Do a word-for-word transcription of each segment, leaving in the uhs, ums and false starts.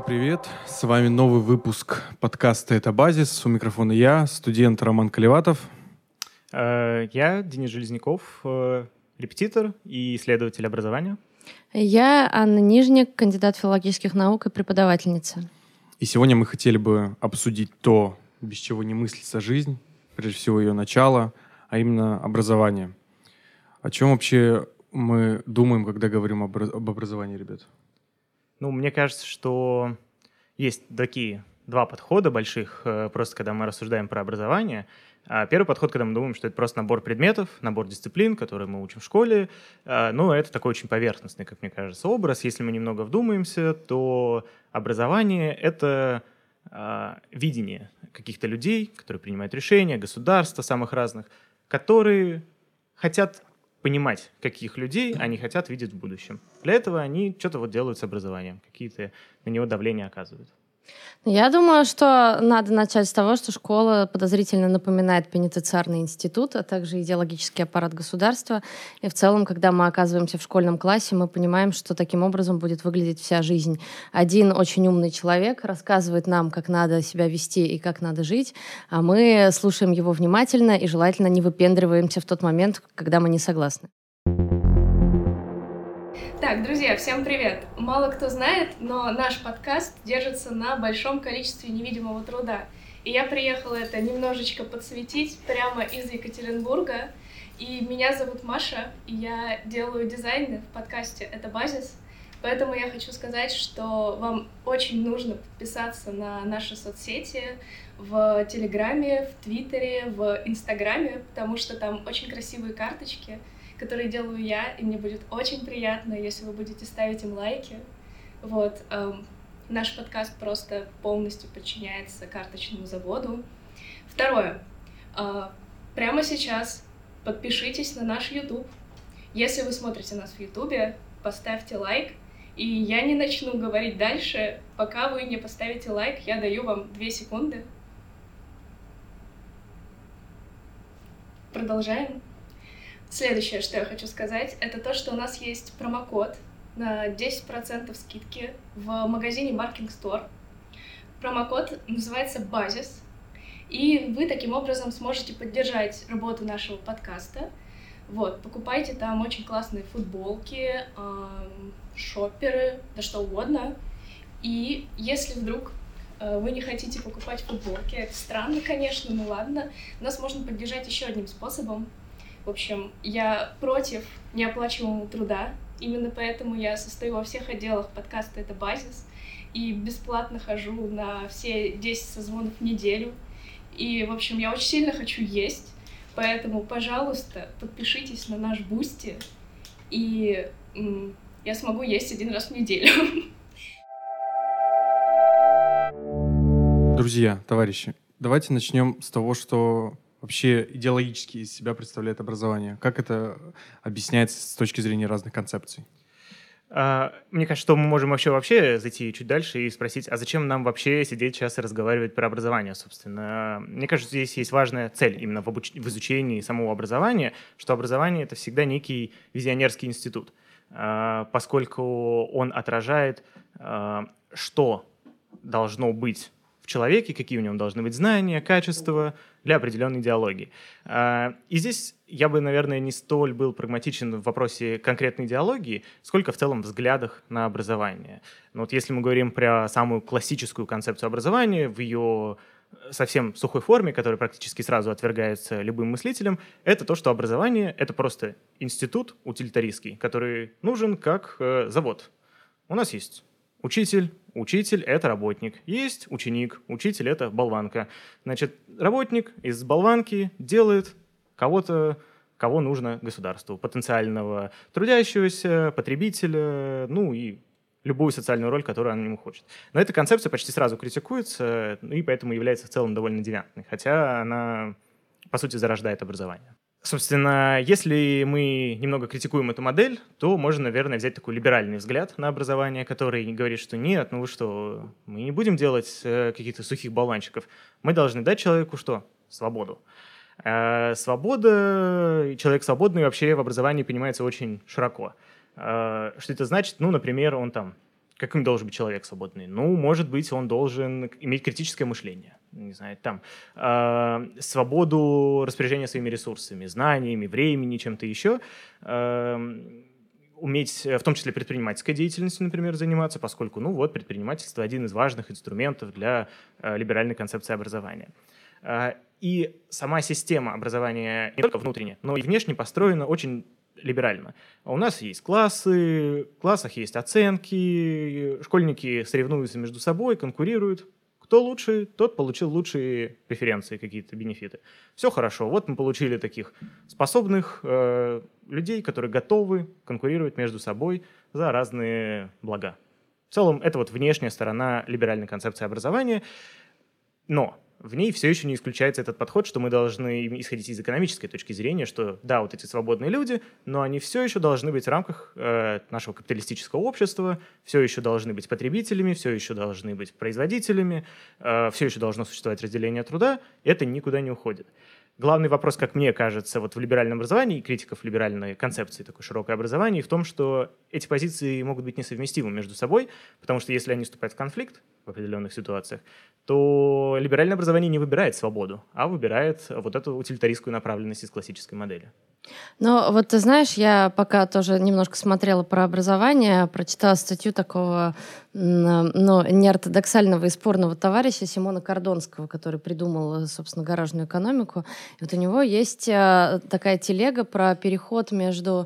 привет! С вами новый выпуск подкаста «Это базис». У микрофона я, студент Роман Колеватов. Я Денис Железняков, репетитор и исследователь образования. Я Анна Нижник, кандидат филологических наук и преподавательница. И сегодня мы хотели бы обсудить то, без чего не мыслится жизнь, прежде всего ее начало, а именно образование. О чем вообще мы думаем, когда говорим об образовании, ребят? Ну, мне кажется, что есть такие два подхода больших, просто когда мы рассуждаем про образование. Первый подход, когда мы думаем, что это просто набор предметов, набор дисциплин, которые мы учим в школе. Ну, это такой очень поверхностный, как мне кажется, образ. Если мы немного вдумаемся, то образование — это видение каких-то людей, которые принимают решения, государства самых разных, которые хотят понимать, каких людей они хотят видеть в будущем. Для этого они что-то вот делают с образованием, какие-то на него давления оказывают. Я думаю, что надо начать с того, что школа подозрительно напоминает пенитенциарный институт, а также идеологический аппарат государства. И в целом, когда мы оказываемся в школьном классе, мы понимаем, что таким образом будет выглядеть вся жизнь. Один очень умный человек рассказывает нам, как надо себя вести и как надо жить, а мы слушаем его внимательно и желательно не выпендриваемся в тот момент, когда мы не согласны. Так, друзья, всем привет! Мало кто знает, но наш подкаст держится на большом количестве невидимого труда. И я приехала это немножечко подсветить прямо из Екатеринбурга. И меня зовут Маша, и я делаю дизайны в подкасте «Это базис». Поэтому я хочу сказать, что вам очень нужно подписаться на наши соцсети в Телеграме, в Твиттере, в Инстаграме, потому что там очень красивые карточки, которые делаю я, и мне будет очень приятно, если вы будете ставить им лайки. Вот. Эм, наш подкаст просто полностью подчиняется карточному заводу. Второе. Э, прямо сейчас подпишитесь на наш YouTube. Если вы смотрите нас в YouTube, поставьте лайк, и я не начну говорить дальше, пока вы не поставите лайк. Я даю вам две секунды. Продолжаем. Следующее, что я хочу сказать, это то, что у нас есть промокод на десять процентов скидки в магазине Barking Store. Промокод называется «Базис», и вы таким образом сможете поддержать работу нашего подкаста. Вот, покупайте там очень классные футболки, эм, шопперы, да что угодно. И если вдруг э, вы не хотите покупать футболки, это странно, конечно, ну ладно, нас можно поддержать еще одним способом. В общем, я против неоплачиваемого труда, именно поэтому я состою во всех отделах подкаста «Это базис» и бесплатно хожу на все десять созвонов в неделю. И, в общем, я очень сильно хочу есть, поэтому, пожалуйста, подпишитесь на наш Бусти, и м- я смогу есть один раз в неделю. Друзья, товарищи, давайте начнем с того, что вообще идеологически из себя представляет образование. Как это объясняется с точки зрения разных концепций? Мне кажется, что мы можем вообще, вообще зайти чуть дальше и спросить, а зачем нам вообще сидеть сейчас и разговаривать про образование, собственно. Мне кажется, здесь есть важная цель именно в, обуч... в изучении самого образования, что образование — это всегда некий визионерский институт, поскольку он отражает, что должно быть в человеке, какие у него должны быть знания, качества для определенной идеологии. И здесь я бы, наверное, не столь был прагматичен в вопросе конкретной идеологии, сколько в целом взглядах на образование. Но вот если мы говорим про самую классическую концепцию образования в ее совсем сухой форме, которая практически сразу отвергается любым мыслителем, это то, что образование — это просто институт утилитаристский, который нужен как э, завод. У нас есть учитель, учитель — это работник. Есть ученик, учитель — это болванка. Значит, работник из болванки делает кого-то, кого нужно государству. Потенциального трудящегося, потребителя, ну и любую социальную роль, которую он ему хочет. Но эта концепция почти сразу критикуется, и поэтому является в целом довольно девиантной, хотя она, по сути, зарождает образование. Собственно, если мы немного критикуем эту модель, то можно, наверное, взять такой либеральный взгляд на образование, который говорит, что нет, ну вы что, мы не будем делать э, каких-то сухих болванчиков. Мы должны дать человеку что? Свободу. Э, свобода, человек свободный вообще в образовании понимается очень широко. Э, что это значит? Ну, например, он там каким должен быть человек свободный? Ну, может быть, он должен иметь критическое мышление, не знаю, там, э, свободу распоряжения своими ресурсами, знаниями, времени, чем-то еще, э, уметь, в том числе предпринимательской деятельностью, например, заниматься, поскольку, ну вот, предпринимательство — один из важных инструментов для э, либеральной концепции образования. Э, и сама система образования не только внутренне, но и внешне построена очень либерально. У нас есть классы, в классах есть оценки, школьники соревнуются между собой, конкурируют. Кто лучше, тот получил лучшие преференции, какие-то бенефиты. Все хорошо. Вот мы получили таких способных э, людей, которые готовы конкурировать между собой за разные блага. В целом, это вот внешняя сторона либеральной концепции образования. Но в ней все еще не исключается этот подход, что мы должны исходить из экономической точки зрения, что да, вот эти свободные люди, но они все еще должны быть в рамках э, нашего капиталистического общества, все еще должны быть потребителями, все еще должны быть производителями, э, все еще должно существовать разделение труда, это никуда не уходит. Главный вопрос, как мне кажется, вот в либеральном образовании и критиков либеральной концепции, такой широкое образование, в том, что эти позиции могут быть несовместимы между собой, потому что если они вступают в конфликт в определенных ситуациях, то либеральное образование не выбирает свободу, а выбирает вот эту утилитаристскую направленность из классической модели. Ну, вот ты знаешь, я пока тоже немножко смотрела про образование, прочитала статью такого, ну, неортодоксального и спорного товарища Симона Кордонского, который придумал, собственно, гаражную экономику. И вот у него есть такая телега про переход между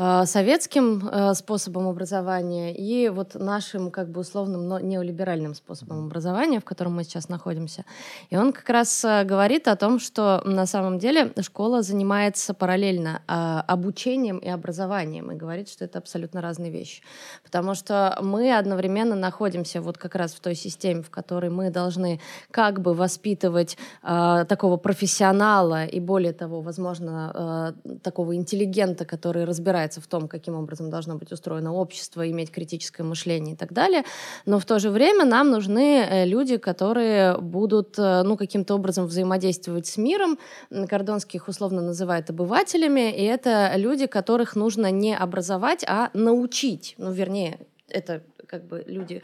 советским способом образования и вот нашим, как бы, условным, но неолиберальным способом образования, в котором мы сейчас находимся. И он как раз говорит о том, что на самом деле школа занимается параллельно обучением и образованием, и говорит, что это абсолютно разные вещи. Потому что мы одновременно находимся вот как раз в той системе, в которой мы должны как бы воспитывать э, такого профессионала и, более того, возможно, э, такого интеллигента, который разбирается в том, каким образом должно быть устроено общество, иметь критическое мышление и так далее. Но в то же время нам нужны люди, которые будут э, ну, каким-то образом взаимодействовать с миром. Кордонский их условно называет обывателями, и это люди, которых нужно не образовать, а научить. Ну, вернее, это как бы люди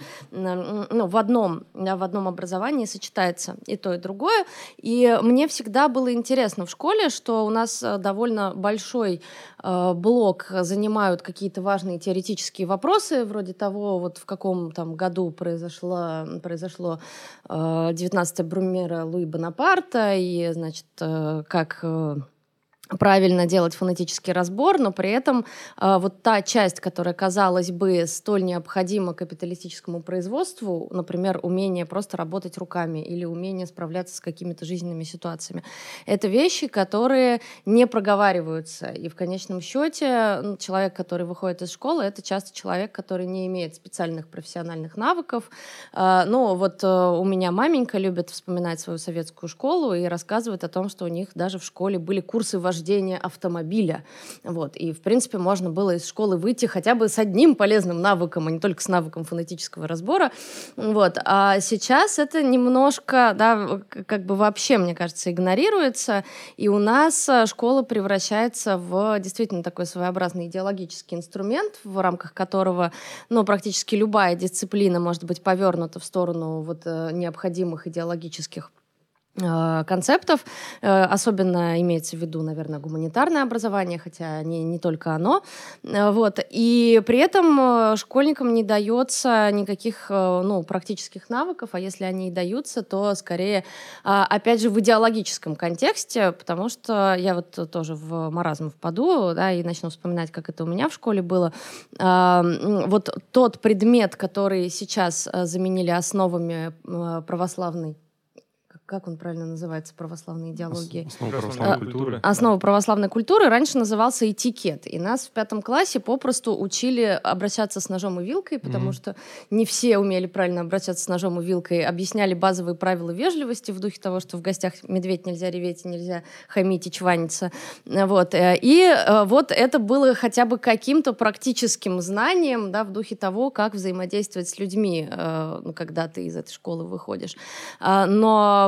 ну, в, одном, да, в одном образовании сочетается и то, и другое. И мне всегда было интересно в школе, что у нас довольно большой э, блок занимают какие-то важные теоретические вопросы, вроде того, вот в каком там году произошло, произошло э, девятнадцатое Брумера Луи Бонапарта, и, значит, э, как... Э, правильно делать фонетический разбор, но при этом э, вот та часть, которая, казалось бы, столь необходима капиталистическому производству, например, умение просто работать руками или умение справляться с какими-то жизненными ситуациями, это вещи, которые не проговариваются. И в конечном счете ну, человек, который выходит из школы, это часто человек, который не имеет специальных профессиональных навыков. Э, ну, вот э, у меня маменька любит вспоминать свою советскую школу и рассказывает о том, что у них даже в школе были курсы вождения вождения автомобиля. Вот. И, в принципе, можно было из школы выйти хотя бы с одним полезным навыком, а не только с навыком фонетического разбора. Вот. А сейчас это немножко, да, как бы вообще, мне кажется, игнорируется, и у нас школа превращается в действительно такой своеобразный идеологический инструмент, в рамках которого, ну, практически любая дисциплина может быть повернута в сторону вот необходимых идеологических концептов. Особенно имеется в виду, наверное, гуманитарное образование, хотя не, не только оно. Вот. И при этом школьникам не дается никаких ну, практических навыков, а если они и даются, то скорее, опять же, в идеологическом контексте, потому что я вот тоже в маразм впаду, да, и начну вспоминать, как это у меня в школе было. Вот тот предмет, который сейчас заменили основами православной, как он правильно называется, православной идеологии? Основа православной культуры. Основа православной культуры раньше назывался этикет. И нас в пятом классе попросту учили обращаться с ножом и вилкой, потому mm-hmm. что не все умели правильно обращаться с ножом и вилкой. Объясняли базовые правила вежливости в духе того, что в гостях медведь нельзя реветь, нельзя хамить и чваниться. Вот. И вот это было хотя бы каким-то практическим знанием, да, в духе того, как взаимодействовать с людьми, когда ты из этой школы выходишь. Но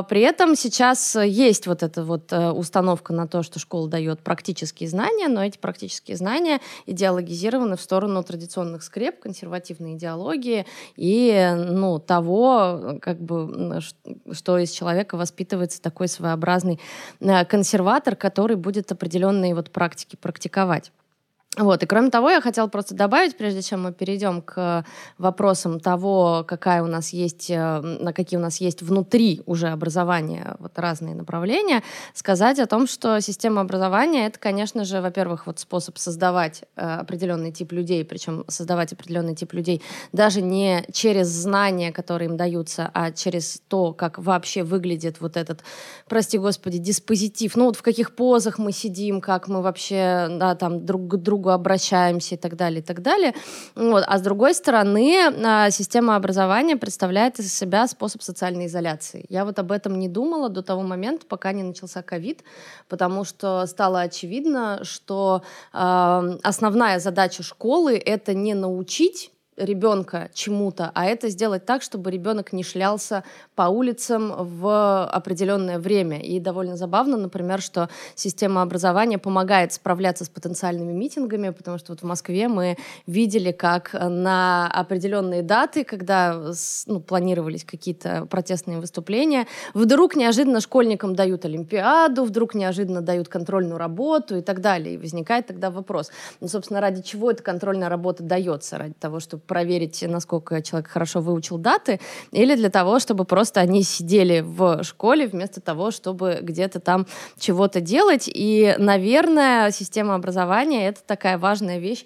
При этом сейчас есть вот эта вот установка на то, что школа дает практические знания, но эти практические знания идеологизированы в сторону традиционных скреп, консервативной идеологии и ну, того, как бы, что из человека воспитывается такой своеобразный консерватор, который будет определенные вот практики практиковать. Вот. И кроме того, я хотела просто добавить, прежде чем мы перейдем к вопросам того, какая у нас есть, на какие у нас есть внутри уже образования вот разные направления, сказать о том, что система образования — это, конечно же, во-первых, вот способ создавать э, определенный тип людей, причем создавать определенный тип людей даже не через знания, которые им даются, а через то, как вообще выглядит вот этот, прости господи, диспозитив, ну вот в каких позах мы сидим, как мы вообще да, там друг к другу обращаемся и так далее, и так далее. Вот. А с другой стороны, система образования представляет из себя способ социальной изоляции. Я вот об этом не думала до того момента, пока не начался ковид, потому что стало очевидно, что э, основная задача школы — это не научить ребенка чему-то, а это сделать так, чтобы ребенок не шлялся по улицам в определенное время. И довольно забавно, например, что система образования помогает справляться с потенциальными митингами, потому что вот в Москве мы видели, как на определенные даты, когда ну, планировались какие-то протестные выступления, вдруг неожиданно школьникам дают олимпиаду, вдруг неожиданно дают контрольную работу и так далее. И возникает тогда вопрос, ну, собственно, ради чего эта контрольная работа дается? Ради того, чтобы проверить, насколько человек хорошо выучил даты, или для того, чтобы просто они сидели в школе вместо того, чтобы где-то там чего-то делать. И, наверное, система образования — это такая важная вещь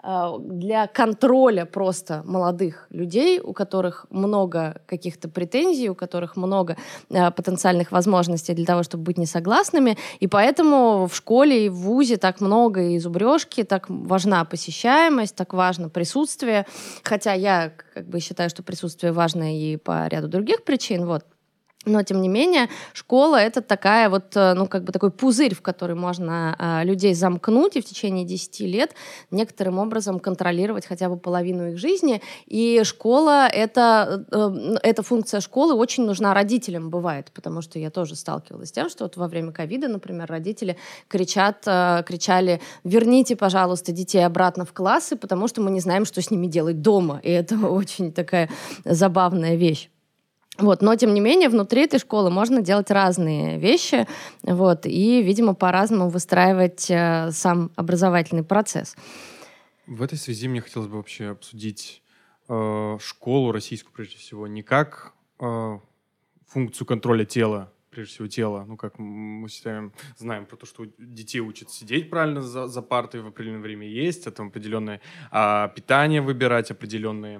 для контроля просто молодых людей, у которых много каких-то претензий, у которых много э, потенциальных возможностей для того, чтобы быть несогласными. И поэтому в школе и в вузе так много и зубрежки, так важна посещаемость, так важно присутствие. Хотя я как бы считаю, что присутствие важно и по ряду других причин. Вот. Но, тем не менее, школа — это такая вот, ну, как бы такой пузырь, в который можно э, людей замкнуть и в течение десяти лет некоторым образом контролировать хотя бы половину их жизни. И школа — это, э, эта функция школы очень нужна родителям, бывает, потому что я тоже сталкивалась с тем, что вот во время ковида, например, родители кричат, э, кричали: «Верните, пожалуйста, детей обратно в классы, потому что мы не знаем, что с ними делать дома». И это очень такая забавная вещь. Вот. Но, тем не менее, внутри этой школы можно делать разные вещи, вот, и, видимо, по-разному выстраивать э, сам образовательный процесс. В этой связи мне хотелось бы вообще обсудить э, школу российскую, прежде всего, не как э, функцию контроля тела, прежде всего тела, ну, как мы считаем, знаем про то, что детей учат сидеть правильно за, за партой в определенное время, есть, а там определенное а, питание выбирать, определенные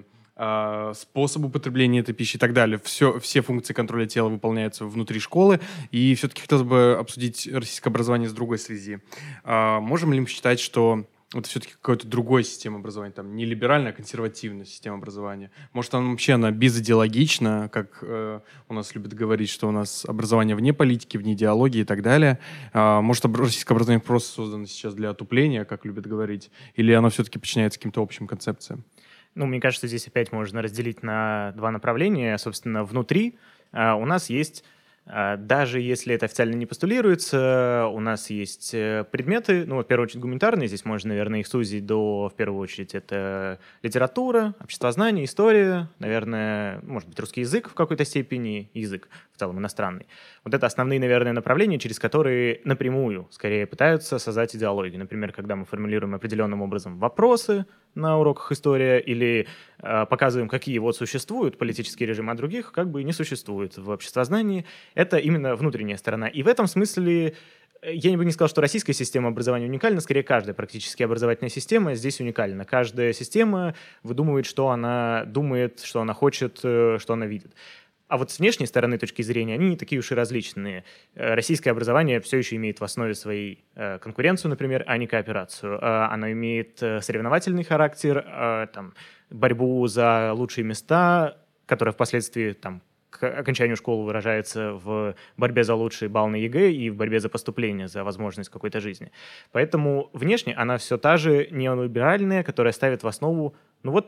способ употребления этой пищи и так далее. Все, все функции контроля тела выполняются внутри школы. И все-таки хотелось бы обсудить российское образование с другой связи. А, можем ли мы считать, что это все-таки какая-то другая система образования, там, не либеральная, а консервативная система образования? Может, она вообще она безидеологична, как э, у нас любят говорить, что у нас образование вне политики, вне идеологии и так далее. А, может, российское образование просто создано сейчас для отупления, как любят говорить, или оно все-таки подчиняется каким-то общим концепциям? Ну, мне кажется, здесь опять можно разделить на два направления. Собственно, внутри а, у нас есть, а, даже если это официально не постулируется, у нас есть предметы, ну, в первую очередь, гуманитарные. Здесь можно, наверное, их сузить до, в первую очередь, это литература, обществознание, история, наверное, может быть, русский язык в какой-то степени, язык в целом иностранный. Вот это основные, наверное, направления, через которые напрямую, скорее, пытаются создать идеологию. Например, когда мы формулируем определенным образом вопросы на уроках история или э, показываем, какие вот существуют политические режимы, а других как бы не существует в обществознании. Это именно внутренняя сторона. И в этом смысле я бы не сказал, что российская система образования уникальна, скорее каждая практически образовательная система здесь уникальна. Каждая система выдумывает, что она думает, что она хочет, что она видит. А вот с внешней стороны точки зрения они не такие уж и различные. Российское образование все еще имеет в основе своей конкуренцию, например, а не кооперацию. Оно имеет соревновательный характер, там, борьбу за лучшие места, которая впоследствии там, к окончанию школы выражается в борьбе за лучший балл на ЕГЭ и в борьбе за поступление, за возможность какой-то жизни. Поэтому внешне она все та же неолиберальная, которая ставит в основу, ну вот,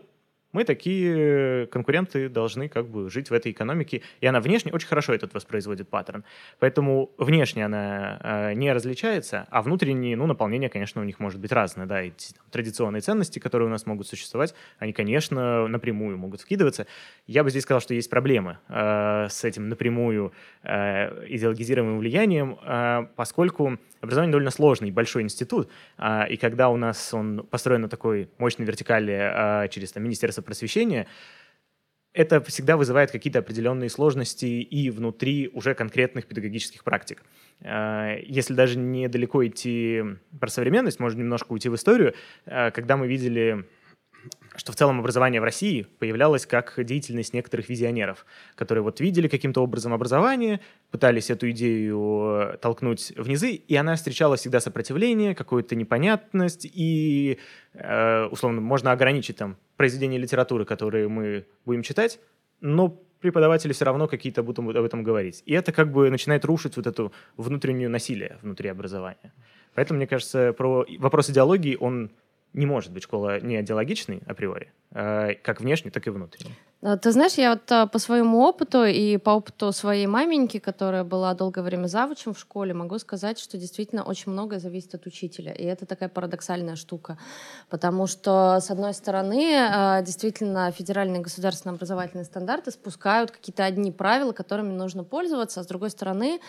мы такие конкуренты должны как бы жить в этой экономике. И она внешне очень хорошо этот воспроизводит паттерн. Поэтому внешне она э, не различается, а внутреннее, ну, наполнение, конечно, у них может быть разное. Да, и там, традиционные ценности, которые у нас могут существовать, они, конечно, напрямую могут вкидываться. Я бы здесь сказал, что есть проблемы э, с этим напрямую э, идеологизируемым влиянием, э, поскольку образование довольно сложный, большой институт, э, и когда у нас он построен на такой мощной вертикали э, через там, Министерство просвещения, это всегда вызывает какие-то определенные сложности и внутри уже конкретных педагогических практик. Если даже недалеко идти про современность, можно немножко уйти в историю, когда мы видели, что в целом образование в России появлялось как деятельность некоторых визионеров, которые вот видели каким-то образом образование, пытались эту идею толкнуть в низы, и она встречала всегда сопротивление, какую-то непонятность, и, условно, можно ограничить там произведения литературы, которые мы будем читать, но преподаватели все равно какие-то будут об этом говорить. И это как бы начинает рушить вот эту внутреннюю насилие внутри образования. Поэтому, мне кажется, про вопрос идеологии, он не может быть школа не идеологичной априори, как внешне, так и внутренне. Ты знаешь, я вот по своему опыту и по опыту своей маменьки, которая была долгое время завучем в школе, могу сказать, что действительно очень многое зависит от учителя. И это такая парадоксальная штука. Потому что, с одной стороны, действительно федеральные государственные образовательные стандарты спускают какие-то одни правила, которыми нужно пользоваться, а с другой стороны,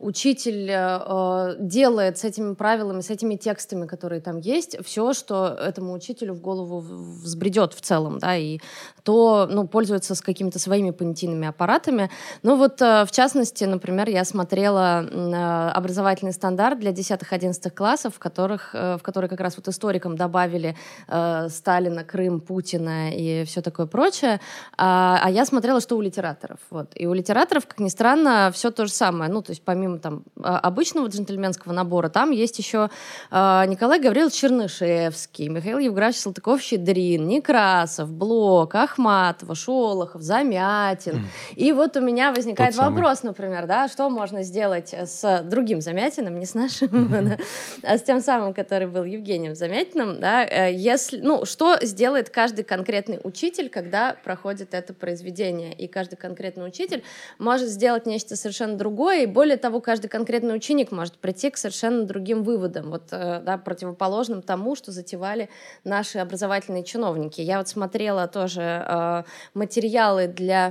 учитель делает с этими правилами, с этими текстами, которые там есть, все, что этому учителю в голову взбредет в целом, да, и то, ну, пользуется с какими-то своими понятийными аппаратами. Ну вот, в частности, например, я смотрела образовательный стандарт для десятых-одиннадцатых классов, в, которых, в который как раз вот историкам добавили э, Сталина, Крым, Путина и все такое прочее. А, а я смотрела, что у литераторов. Вот. И у литераторов, как ни странно, все то же самое. Ну, то есть помимо там обычного джентльменского набора, там есть еще э, Николай Гаврилович Чернышевский, Михаил Евграфович Салтыков-Щедрин, Некрасов, Блок, Ахматова, Шолохов, Замятин. Mm. И вот у меня возникает вопрос, например, да, что можно сделать с другим Замятиным, не с нашим, mm-hmm. а с тем самым, который был Евгением Замятиным, да, если, ну, что сделает каждый конкретный учитель, когда проходит это произведение. И каждый конкретный учитель может сделать нечто совершенно другое, и более того, каждый конкретный ученик может прийти к совершенно другим выводам, вот, да, противоположным тому, что затевали наши образовательные чиновники. Я вот смотрела тоже э, материалы для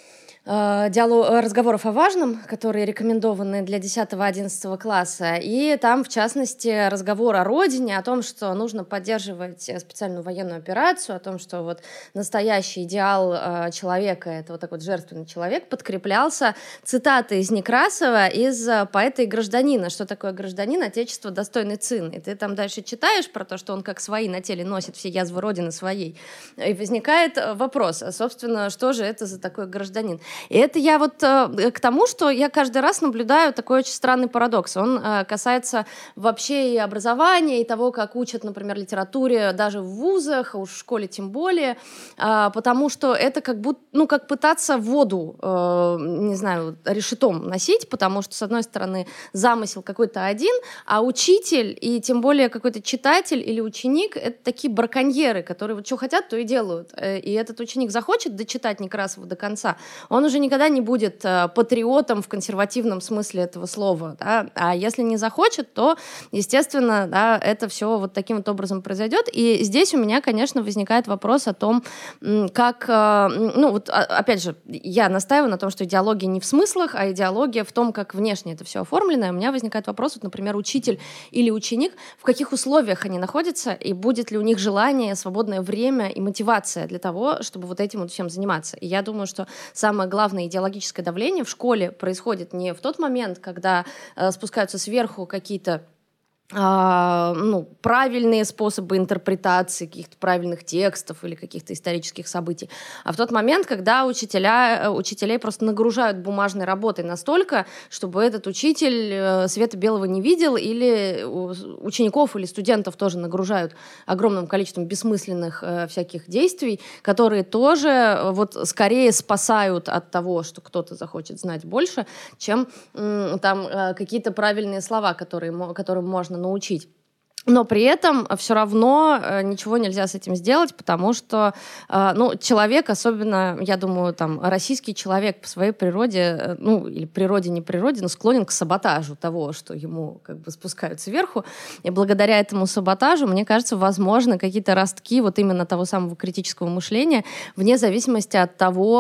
э, диалог, разговоров о важном, которые рекомендованы для десятого-одиннадцатого класса, и там, в частности, разговор о родине, о том, что нужно поддерживать специальную военную операцию, о том, что вот настоящий идеал э, человека, это вот такой вот жертвенный человек, подкреплялся цитатой из Некрасова, из «Поэта и гражданина». Что такое гражданин? Отечество достойный цин. И ты там дальше читаешь про то, что он как свои на теле носит все язвы родины своей. И возникает вопрос, а, собственно, что же это за такой гражданин? И это я вот э, к тому, что я каждый раз наблюдаю такой очень странный парадокс. Он э, касается вообще и образования, и того, как учат, например, литературе даже в вузах, а уж в школе тем более, э, потому что это как будто, ну, как пытаться воду, э, не знаю, решетом носить, потому что, с одной стороны, замысел какой-то один, а учитель и тем более какой-то читатель или ученик — это такие браконьеры, которые вот что хотят, то и делают. И этот ученик захочет дочитать Некрасова до конца, он уже никогда не будет э, патриотом в консервативном смысле этого слова, да? А если не захочет, то, естественно, да, это все вот таким вот образом произойдет. И здесь у меня, конечно, возникает вопрос о том, как, э, ну вот опять же, я настаиваю на том, что идеология не в смыслах, а идеология в том, как внешне это все оформлено. И у меня возникает вопрос, вот, например, учитель или ученик, в каких условиях они находятся, и будет ли у них желание, свободное время и мотивация для того, чтобы вот этим вот всем заниматься. И я думаю, что самое главное идеологическое давление в школе происходит не в тот момент, когда э, спускаются сверху какие-то Uh, ну, правильные способы интерпретации каких-то правильных текстов или каких-то исторических событий, а в тот момент, когда учителя, учителей просто нагружают бумажной работой настолько, чтобы этот учитель света белого не видел, или учеников или студентов тоже нагружают огромным количеством бессмысленных uh, всяких действий, которые тоже вот скорее спасают от того, что кто-то захочет знать больше, чем um, там uh, какие-то правильные слова, которые, которым можно научить. Но при этом все равно ничего нельзя с этим сделать, потому что ну, человек, особенно, я думаю, там, российский человек по своей природе, ну, или природе, не природе, но склонен к саботажу того, что ему как бы спускают сверху. И благодаря этому саботажу, мне кажется, возможны какие-то ростки вот именно того самого критического мышления, вне зависимости от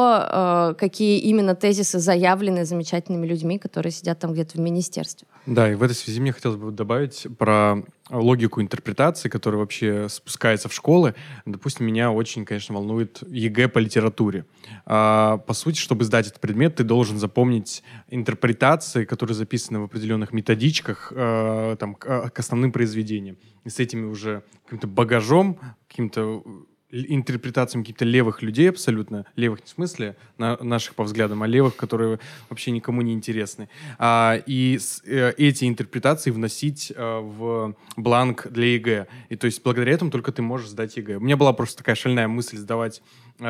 того, какие именно тезисы заявлены замечательными людьми, которые сидят там где-то в министерстве. Да, и в этой связи мне хотелось бы добавить про логику интерпретации, которая вообще спускается в школы. Допустим, меня очень, конечно, волнует ЕГЭ по литературе. А, по сути, чтобы сдать этот предмет, ты должен запомнить интерпретации, которые записаны в определенных методичках а, там, к, к основным произведениям. И с этими уже каким-то багажом, каким-то интерпретациями каких-то левых людей абсолютно, левых не в смысле на, наших по взглядам, а левых, которые вообще никому не интересны. А, и с, э, эти интерпретации вносить э, в бланк для ЕГЭ. И то есть благодаря этому только ты можешь сдать ЕГЭ. У меня была просто такая шальная мысль сдавать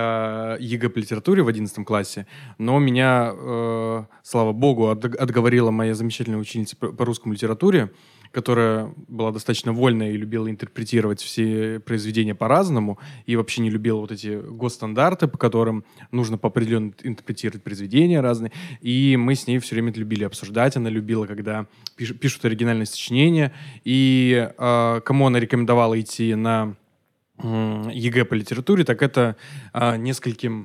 э, ЕГЭ по литературе в одиннадцатом классе, но меня, э, слава богу, от, отговорила моя замечательная ученица по, по русскому литературе, которая была достаточно вольная и любила интерпретировать все произведения по-разному, и вообще не любила вот эти госстандарты, по которым нужно по определенно интерпретировать произведения разные. И мы с ней все время это любили обсуждать. Она любила, когда пиш- пишут оригинальные сочинения. И э, кому она рекомендовала идти на э, ЕГЭ по литературе, так это э, нескольким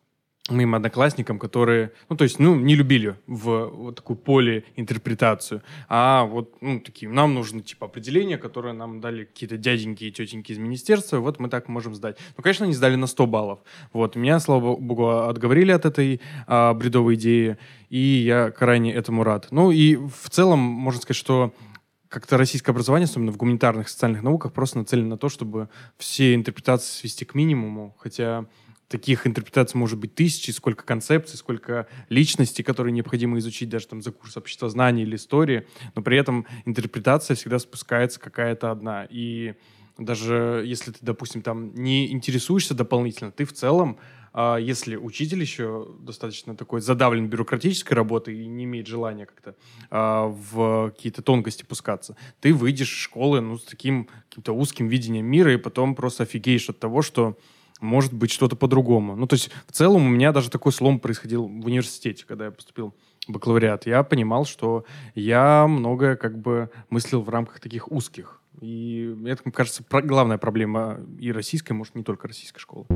моим одноклассникам, которые, ну, то есть, ну, не любили в вот такую полиинтерпретацию, а вот, ну, такие, нам нужно, типа, определение, которое нам дали какие-то дяденьки и тетеньки из министерства, вот мы так можем сдать. Ну, конечно, они сдали на сто баллов. Вот, меня, слава богу, отговорили от этой а, бредовой идеи, и я крайне этому рад. Ну, и в целом, можно сказать, что как-то российское образование, особенно в гуманитарных и социальных науках, просто нацелено на то, чтобы все интерпретации свести к минимуму, хотя таких интерпретаций может быть тысячи, сколько концепций, сколько личностей, которые необходимо изучить даже там за курс обществознания или истории, но при этом интерпретация всегда спускается какая-то одна. И даже если ты, допустим, там не интересуешься дополнительно, ты в целом, а если учитель еще достаточно такой задавлен бюрократической работой и не имеет желания как-то а, в какие-то тонкости пускаться, ты выйдешь из школы ну, с таким каким-то узким видением мира и потом просто офигеешь от того, что может быть что-то по-другому. Ну, то есть в целом у меня даже такой слом происходил в университете, когда я поступил в бакалавриат. Я понимал, что я многое как бы мыслил в рамках таких узких. И это, мне кажется, главная проблема и российской, может, не только российской школы.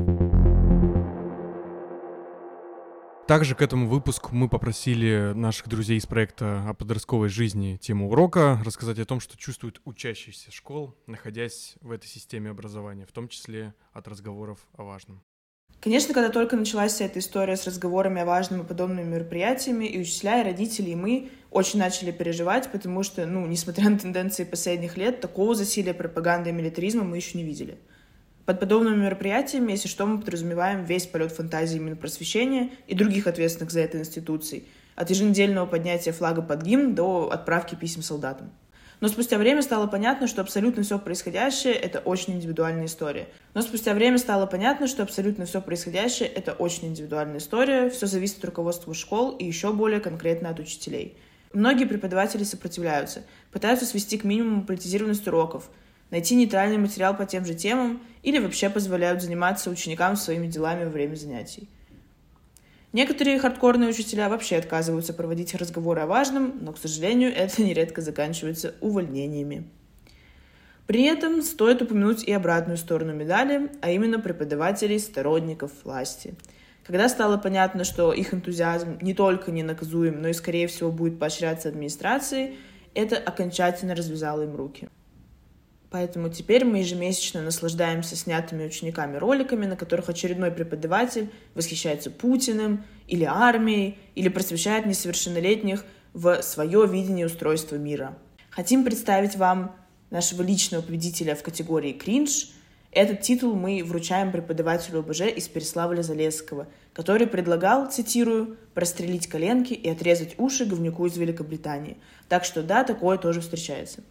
Также к этому выпуску мы попросили наших друзей из проекта о подростковой жизни «Тема урока» рассказать о том, что чувствуют учащиеся школ, находясь в этой системе образования, в том числе от разговоров о важном. Конечно, когда только началась вся эта история с разговорами о важном и подобными мероприятиями, и учителя, и родители, и мы очень начали переживать, потому что, ну, несмотря на тенденции последних лет, такого засилия пропаганды и милитаризма мы еще не видели. Под подобными мероприятиями, если что, мы подразумеваем весь полет фантазии Минпросвещения и других ответственных за это институций, от еженедельного поднятия флага под гимн до отправки писем солдатам. Но спустя время стало понятно, что абсолютно все происходящее — это очень индивидуальная история. Но спустя время стало понятно, что абсолютно все происходящее — это очень индивидуальная история, все зависит от руководства школ и еще более конкретно от учителей. Многие преподаватели сопротивляются, пытаются свести к минимуму политизированность уроков, найти нейтральный материал по тем же темам или вообще позволяют заниматься ученикам своими делами во время занятий. Некоторые хардкорные учителя вообще отказываются проводить разговоры о важном, но, к сожалению, это нередко заканчивается увольнениями. При этом стоит упомянуть и обратную сторону медали, а именно преподавателей, сторонников власти. Когда стало понятно, что их энтузиазм не только не наказуем, но и, скорее всего, будет поощряться администрацией, это окончательно развязало им руки. Поэтому теперь мы ежемесячно наслаждаемся снятыми учениками роликами, на которых очередной преподаватель восхищается Путиным или армией, или просвещает несовершеннолетних в свое видение устройства мира. Хотим представить вам нашего личного победителя в категории «Кринж». Этот титул мы вручаем преподавателю ОБЖ из Переславля-Залесского, который предлагал, цитирую, «прострелить коленки и отрезать уши говнюку из Великобритании». Так что да, такое тоже встречается.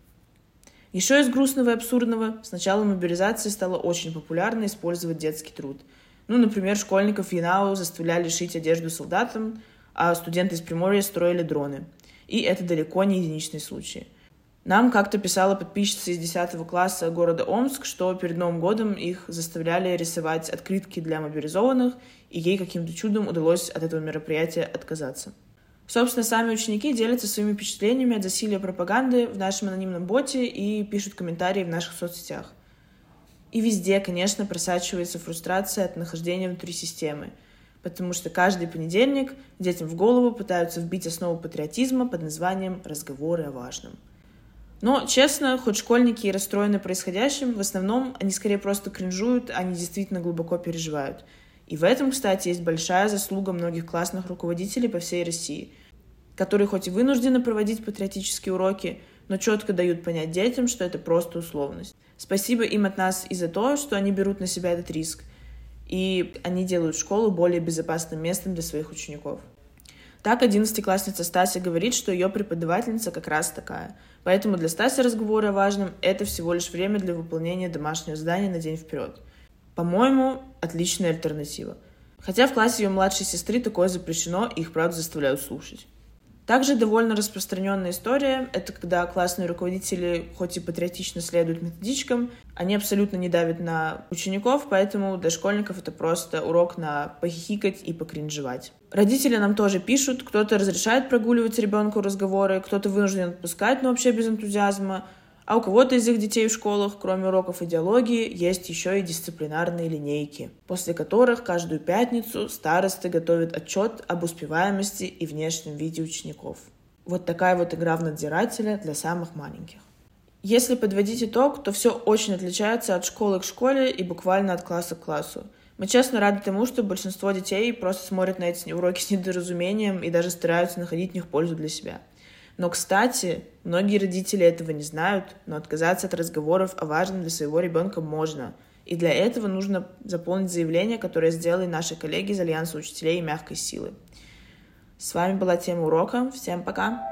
Еще из грустного и абсурдного, с началом мобилизации стало очень популярно использовать детский труд. Ну, например, школьников ЯНАУ заставляли шить одежду солдатам, а студенты из Приморья строили дроны. И это далеко не единичные случаи. Нам как-то писала подписчица из десятого класса города Омск, что перед Новым годом их заставляли рисовать открытки для мобилизованных, и ей каким-то чудом удалось от этого мероприятия отказаться. Собственно, сами ученики делятся своими впечатлениями от засилия пропаганды в нашем анонимном боте и пишут комментарии в наших соцсетях. И везде, конечно, просачивается фрустрация от нахождения внутри системы, потому что каждый понедельник детям в голову пытаются вбить основу патриотизма под названием «разговоры о важном». Но, честно, хоть школьники и расстроены происходящим, в основном они скорее просто кринжуют, а не действительно глубоко переживают. И в этом, кстати, есть большая заслуга многих классных руководителей по всей России, которые хоть и вынуждены проводить патриотические уроки, но четко дают понять детям, что это просто условность. Спасибо им от нас и за то, что они берут на себя этот риск, и они делают школу более безопасным местом для своих учеников. Так, одиннадцатиклассница Стася говорит, что ее преподавательница как раз такая. Поэтому для Стаси разговоры о важном — это всего лишь время для выполнения домашнего задания на день вперед. По-моему, отличная альтернатива. Хотя в классе ее младшей сестры такое запрещено, и их, правда, заставляют слушать. Также довольно распространенная история — это когда классные руководители, хоть и патриотично следуют методичкам, они абсолютно не давят на учеников, поэтому для школьников это просто урок на похихикать и покринжевать. Родители нам тоже пишут, кто-то разрешает прогуливать ребенку разговоры, кто-то вынужден отпускать, но вообще без энтузиазма, а у кого-то из их детей в школах, кроме уроков идеологии, есть еще и дисциплинарные линейки, после которых каждую пятницу старосты готовят отчет об успеваемости и внешнем виде учеников. Вот такая вот игра в надзирателя для самых маленьких. Если подводить итог, то все очень отличается от школы к школе и буквально от класса к классу. Мы честно рады тому, что большинство детей просто смотрят на эти уроки с недоразумением и даже стараются находить в них пользу для себя. Но, кстати, многие родители этого не знают, но отказаться от разговоров о важном для своего ребенка можно. И для этого нужно заполнить заявление, которое сделали наши коллеги из Альянса учителей и мягкой силы. С вами была тема урока. Всем пока!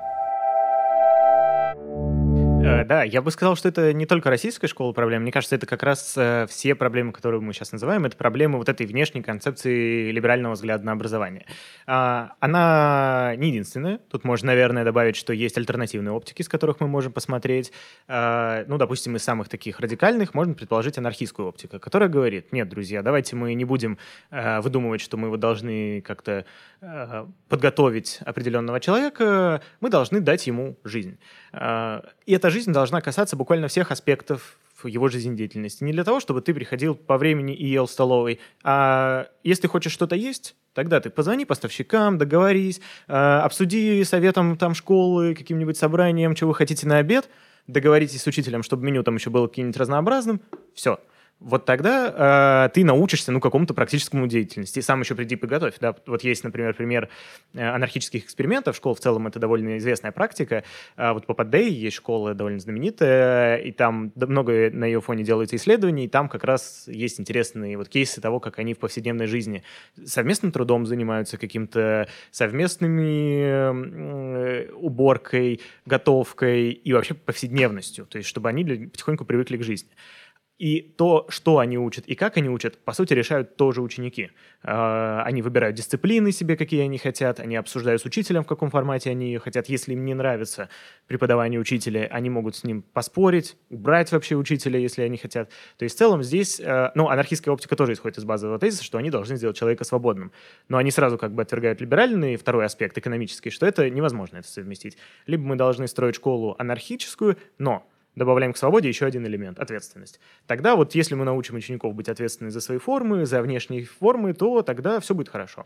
Да, я бы сказал, что это не только российская школа проблем. Мне кажется, это как раз э, все проблемы, которые мы сейчас называем, это проблемы вот этой внешней концепции либерального взгляда на образование. А, она не единственная. Тут можно, наверное, добавить, что есть альтернативные оптики, с которых мы можем посмотреть. А, ну, допустим, из самых таких радикальных можно предположить анархистскую оптику, которая говорит: нет, друзья, давайте мы не будем э, выдумывать, что мы вот должны как-то э, подготовить определенного человека, мы должны дать ему жизнь. Э, и эта жизнь должна касаться буквально всех аспектов его жизнедеятельности. Не для того, чтобы ты приходил по времени и ел в столовой, а если хочешь что-то есть, тогда ты позвони поставщикам, договорись, э, обсуди советом там школы, каким-нибудь собранием, что вы хотите на обед, договоритесь с учителем, чтобы меню там еще было каким-нибудь разнообразным, все. Вот тогда э, ты научишься, ну, какому-то практическому деятельности. Сам еще приди приготовь. Да? Вот есть, например, пример э, анархических экспериментов. Школа в целом — это довольно известная практика. А вот по Паддее есть школа довольно знаменитая, и там много на ее фоне делается исследований, и там как раз есть интересные вот кейсы того, как они в повседневной жизни совместным трудом занимаются, каким-то совместными э, уборкой, готовкой и вообще повседневностью. То есть чтобы они потихоньку привыкли к жизни. И то, что они учат и как они учат, по сути, решают тоже ученики. Они выбирают дисциплины себе, какие они хотят, они обсуждают с учителем, в каком формате они ее хотят. Если им не нравится преподавание учителя, они могут с ним поспорить, убрать вообще учителя, если они хотят. То есть в целом здесь, ну, анархистская оптика тоже исходит из базового тезиса, что они должны сделать человека свободным. Но они сразу как бы отвергают либеральный второй аспект, экономический, что это невозможно это совместить. Либо мы должны строить школу анархическую, но добавляем к свободе еще один элемент — ответственность. Тогда вот если мы научим учеников быть ответственными за свои формы, за внешние формы, то тогда все будет хорошо.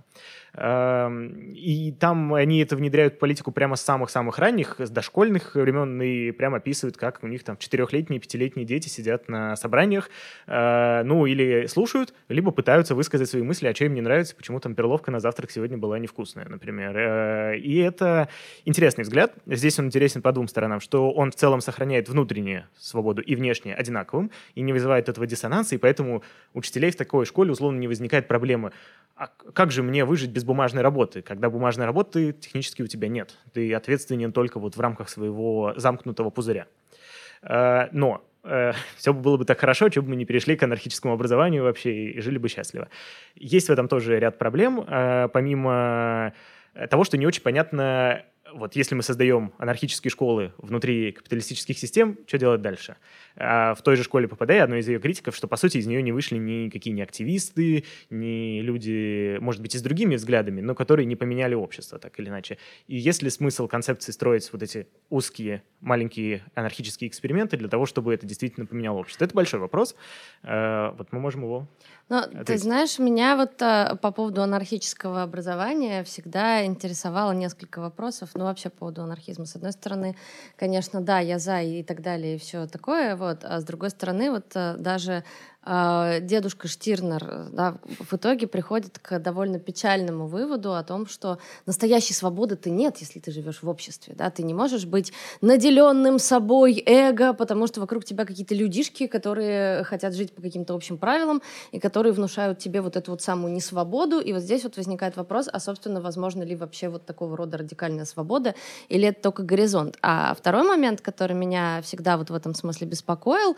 И там они это внедряют в политику прямо с самых-самых ранних, с дошкольных времен, и прямо описывают, как у них там четырехлетние, пятилетние дети сидят на собраниях, ну или слушают, либо пытаются высказать свои мысли, а что им не нравится, почему там перловка на завтрак сегодня была невкусная, например. И это интересный взгляд. Здесь он интересен по двум сторонам, что он в целом сохраняет внутреннюю свободу и внешне одинаковым, и не вызывает этого диссонанса, и поэтому у учителей в такой школе условно не возникает проблемы: а как же мне выжить без бумажной работы, когда бумажной работы технически у тебя нет? Ты ответственен только вот в рамках своего замкнутого пузыря. Но все было бы так хорошо, чего бы мы не перешли к анархическому образованию вообще и жили бы счастливо. Есть в этом тоже ряд проблем, помимо того, что не очень понятно вот если мы создаем анархические школы внутри капиталистических систем, что делать дальше? А в той же школе ППД одной из ее критиков, что, по сути, из нее не вышли никакие не активисты, ни люди, может быть, и с другими взглядами, но которые не поменяли общество, так или иначе. И есть ли смысл концепции строить вот эти узкие, маленькие анархические эксперименты для того, чтобы это действительно поменяло общество? Это большой вопрос. Вот мы можем его... Ну, ты знаешь, меня вот а, по поводу анархического образования всегда интересовало несколько вопросов, ну, вообще по поводу анархизма. С одной стороны, конечно, да, я за и так далее, и все такое, вот, а с другой стороны, вот а, даже а, дедушка Штирнер, да, в итоге приходит к довольно печальному выводу о том, что настоящей свободы-то нет, если ты живешь в обществе, да, ты не можешь быть наделенным собой эго, потому что вокруг тебя какие-то людишки, которые хотят жить по каким-то общим правилам, и которые внушают тебе вот эту вот самую несвободу, и вот здесь вот возникает вопрос, а, собственно, возможно ли вообще вот такого рода радикальная свобода, или это только горизонт. А второй момент, который меня всегда вот в этом смысле беспокоил,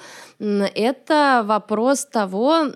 это вопрос того,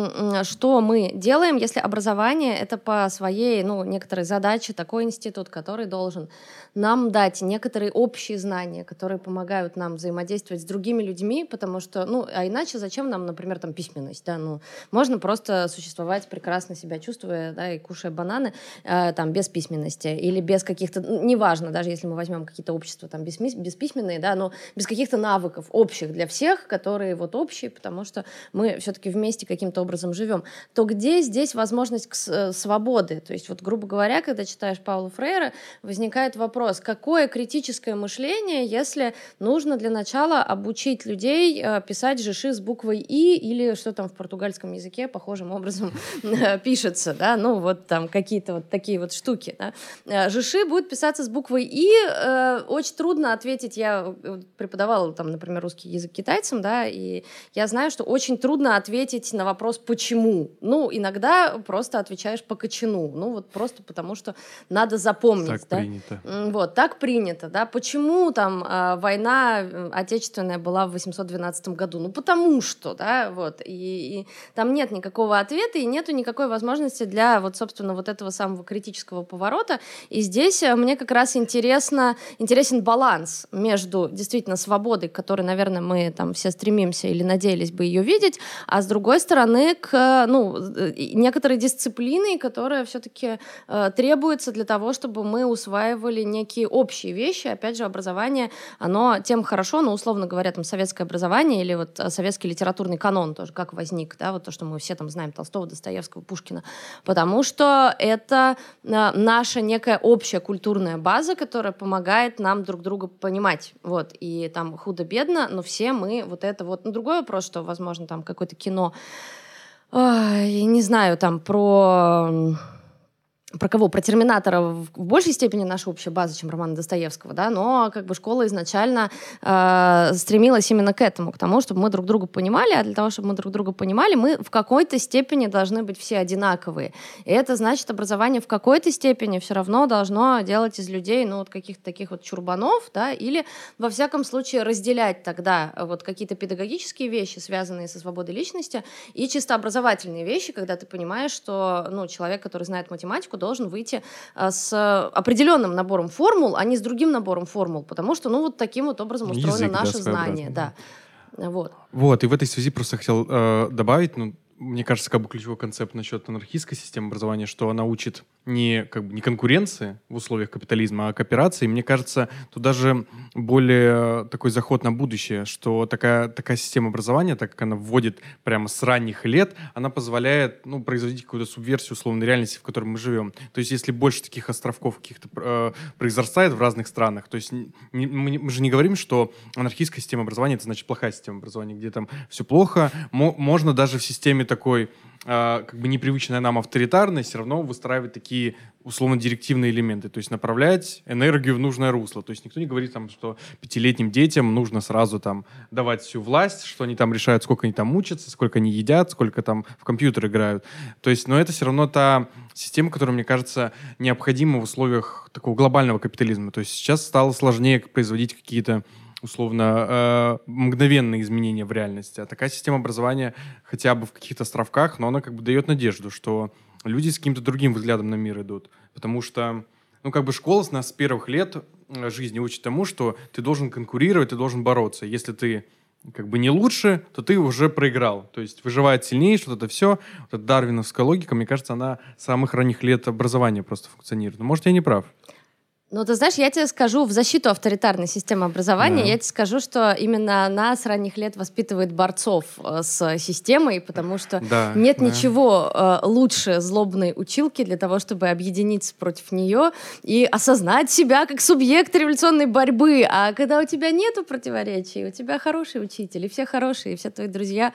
что мы делаем, если образование — это по своей, ну, некоторой задаче такой институт, который должен нам дать некоторые общие знания, которые помогают нам взаимодействовать с другими людьми, потому что, ну, а иначе зачем нам, например, там письменность, да, ну, можно просто существовать, прекрасно себя чувствуя, да, и кушая бананы, э, там, без письменности, или без каких-то, неважно, даже если мы возьмем какие-то общества там без, бесписьменные, да, но без каких-то навыков общих для всех, которые вот общие, потому что мы все-таки вместе каким-то образом живем, то где здесь возможность к свободы? То есть вот, грубо говоря, когда читаешь Пауло Фрейре, возникает вопрос, какое критическое мышление, если нужно для начала обучить людей э, писать жиши с буквой «и» или что там в португальском языке похожим образом пишется, да, ну вот там какие-то вот такие вот штуки, да. Жиши будет писаться с буквой «и», э, очень трудно ответить, я преподавала там, например, русский язык китайцам, да, и я знаю, что очень трудно ответить на вопрос «почему?». Ну, иногда просто отвечаешь по кочану, ну вот просто потому, что надо запомнить. Так да? принято. Вот, так принято, да. Почему там э, война отечественная была в восемьсот двенадцатом году? Ну, потому что, да, вот. И, и там нет никакого ответа, и нету никакой возможности для вот, собственно, вот этого самого критического поворота. И здесь мне как раз интересно, интересен баланс между действительно свободой, к которой, наверное, мы там все стремимся или надеялись бы ее видеть, а с другой стороны к, ну, некоторой дисциплиной, которая все-таки э, требуется для того, чтобы мы усваивали некие общие вещи. Опять же, образование, оно тем хорошо, ну, условно говоря, там, советское образование или вот советский литературный канон тоже, как возник, да, вот то, что мы все там знаем, Толстого, Достоевского, Пушкина, потому что это э, наша некая общая культурная база, которая помогает нам друг друга понимать, вот, и там худо-бедно, но все мы вот это вот, ну, другой вопрос, что, возможно, там какое-то кино, ой, не знаю, там про... Про кого? Про Терминатора в большей степени наша общая база, чем романа Достоевского, да, но как бы школа изначально э, стремилась именно к этому, к тому, чтобы мы друг друга понимали, а для того, чтобы мы друг друга понимали, мы в какой-то степени должны быть все одинаковые. И это значит, образование в какой-то степени все равно должно делать из людей, ну, вот каких-то таких вот чурбанов, да, или, во всяком случае, разделять тогда вот какие-то педагогические вещи, связанные со свободой личности, и чисто образовательные вещи, когда ты понимаешь, что, ну, человек, который знает математику, должен выйти а, с определенным набором формул, а не с другим набором формул, потому что, ну, вот таким вот образом устроено Язык, наше да, знание. Да. Вот. Вот, и в этой связи просто хотел э, добавить, ну, мне кажется, как бы ключевой концепт насчет анархистской системы образования, что она учит не, как бы, не конкуренции в условиях капитализма, а кооперации. Мне кажется, тут даже более такой заход на будущее, что такая, такая система образования, так как она вводит прямо с ранних лет, она позволяет, ну, производить какую-то субверсию условной реальности, в которой мы живем. То есть если больше таких островков каких-то э, произрастает в разных странах, то есть не, мы, мы же не говорим, что анархистская система образования — это значит плохая система образования, где там все плохо. Мо- можно даже в системе такой э, как бы непривычной нам авторитарной все равно выстраивать такие условно-директивные элементы, то есть направлять энергию в нужное русло. То есть никто не говорит, там, что пятилетним детям нужно сразу там, давать всю власть, что они там решают, сколько они там учатся, сколько они едят, сколько там в компьютер играют. То есть, но это все равно та система, которая, мне кажется, необходима в условиях такого глобального капитализма. То есть сейчас стало сложнее производить какие-то условно э, мгновенные изменения в реальности. А такая система образования хотя бы в каких-то островках, но она как бы дает надежду, что люди с каким-то другим взглядом на мир идут. Потому что, ну, как бы школа с нас с первых лет жизни учит тому, что ты должен конкурировать, ты должен бороться. Если ты как бы не лучше, то ты уже проиграл. То есть выживает сильнейший, вот это все. Вот эта дарвиновская логика, мне кажется, она с самых ранних лет образования просто функционирует. Но, может, я не прав. Ну, ты знаешь, я тебе скажу в защиту авторитарной системы образования, да. я тебе скажу, что именно она с ранних лет воспитывает борцов э, с системой, потому что да, нет да. ничего э, лучше злобной училки для того, чтобы объединиться против нее и осознать себя как субъект революционной борьбы. А когда у тебя нету противоречий, у тебя хороший учитель, и все хорошие, и все твои друзья,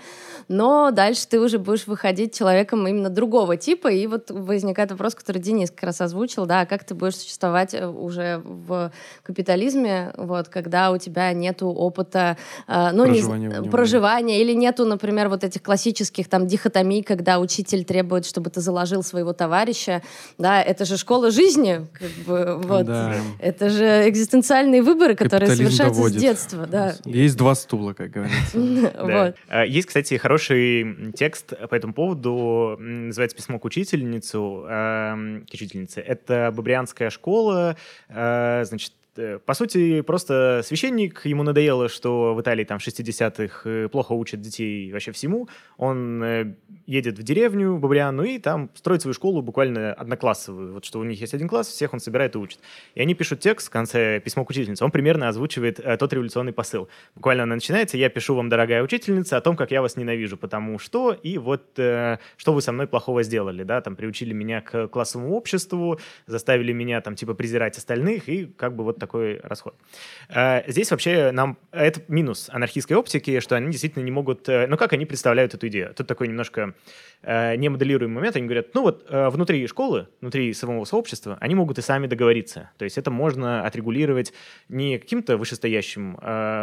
но дальше ты уже будешь выходить человеком именно другого типа, и вот возникает вопрос, который Денис как раз озвучил, да, как ты будешь существовать уже в капитализме, вот, когда у тебя нету опыта э, ну, проживания, не, проживания, или нету, например, вот этих классических там дихотомий, когда учитель требует, чтобы ты заложил своего товарища, да, это же школа жизни, как бы, вот, да. это же экзистенциальные выборы, которые Капитализм совершаются доводит. с детства, да. Есть два стула, как говорится. Есть, кстати, хороший текст по этому поводу, называется «Письмо к учительницу», к учительнице. Это Бобрианская школа. Значит, по сути, просто священник, ему надоело, что в Италии там в шестидесятых плохо учат детей вообще всему. Он едет в деревню, в Бобриану, и там строит свою школу буквально одноклассовую. Вот что у них есть один класс, всех он собирает и учит. И они пишут текст в конце «Письмо к учительнице». Он примерно озвучивает тот революционный посыл. Буквально она начинается: «Я пишу вам, дорогая учительница, о том, как я вас ненавижу, потому что, и вот что вы со мной плохого сделали, да, там приучили меня к классовому обществу, заставили меня там типа презирать остальных, и как бы вот такой расход». Здесь вообще нам... Это минус анархистской оптики, что они действительно не могут... Ну, как они представляют эту идею? Тут такой немножко немоделируемый момент. Они говорят, ну вот внутри школы, внутри самого сообщества, они могут и сами договориться. То есть это можно отрегулировать не каким-то вышестоящим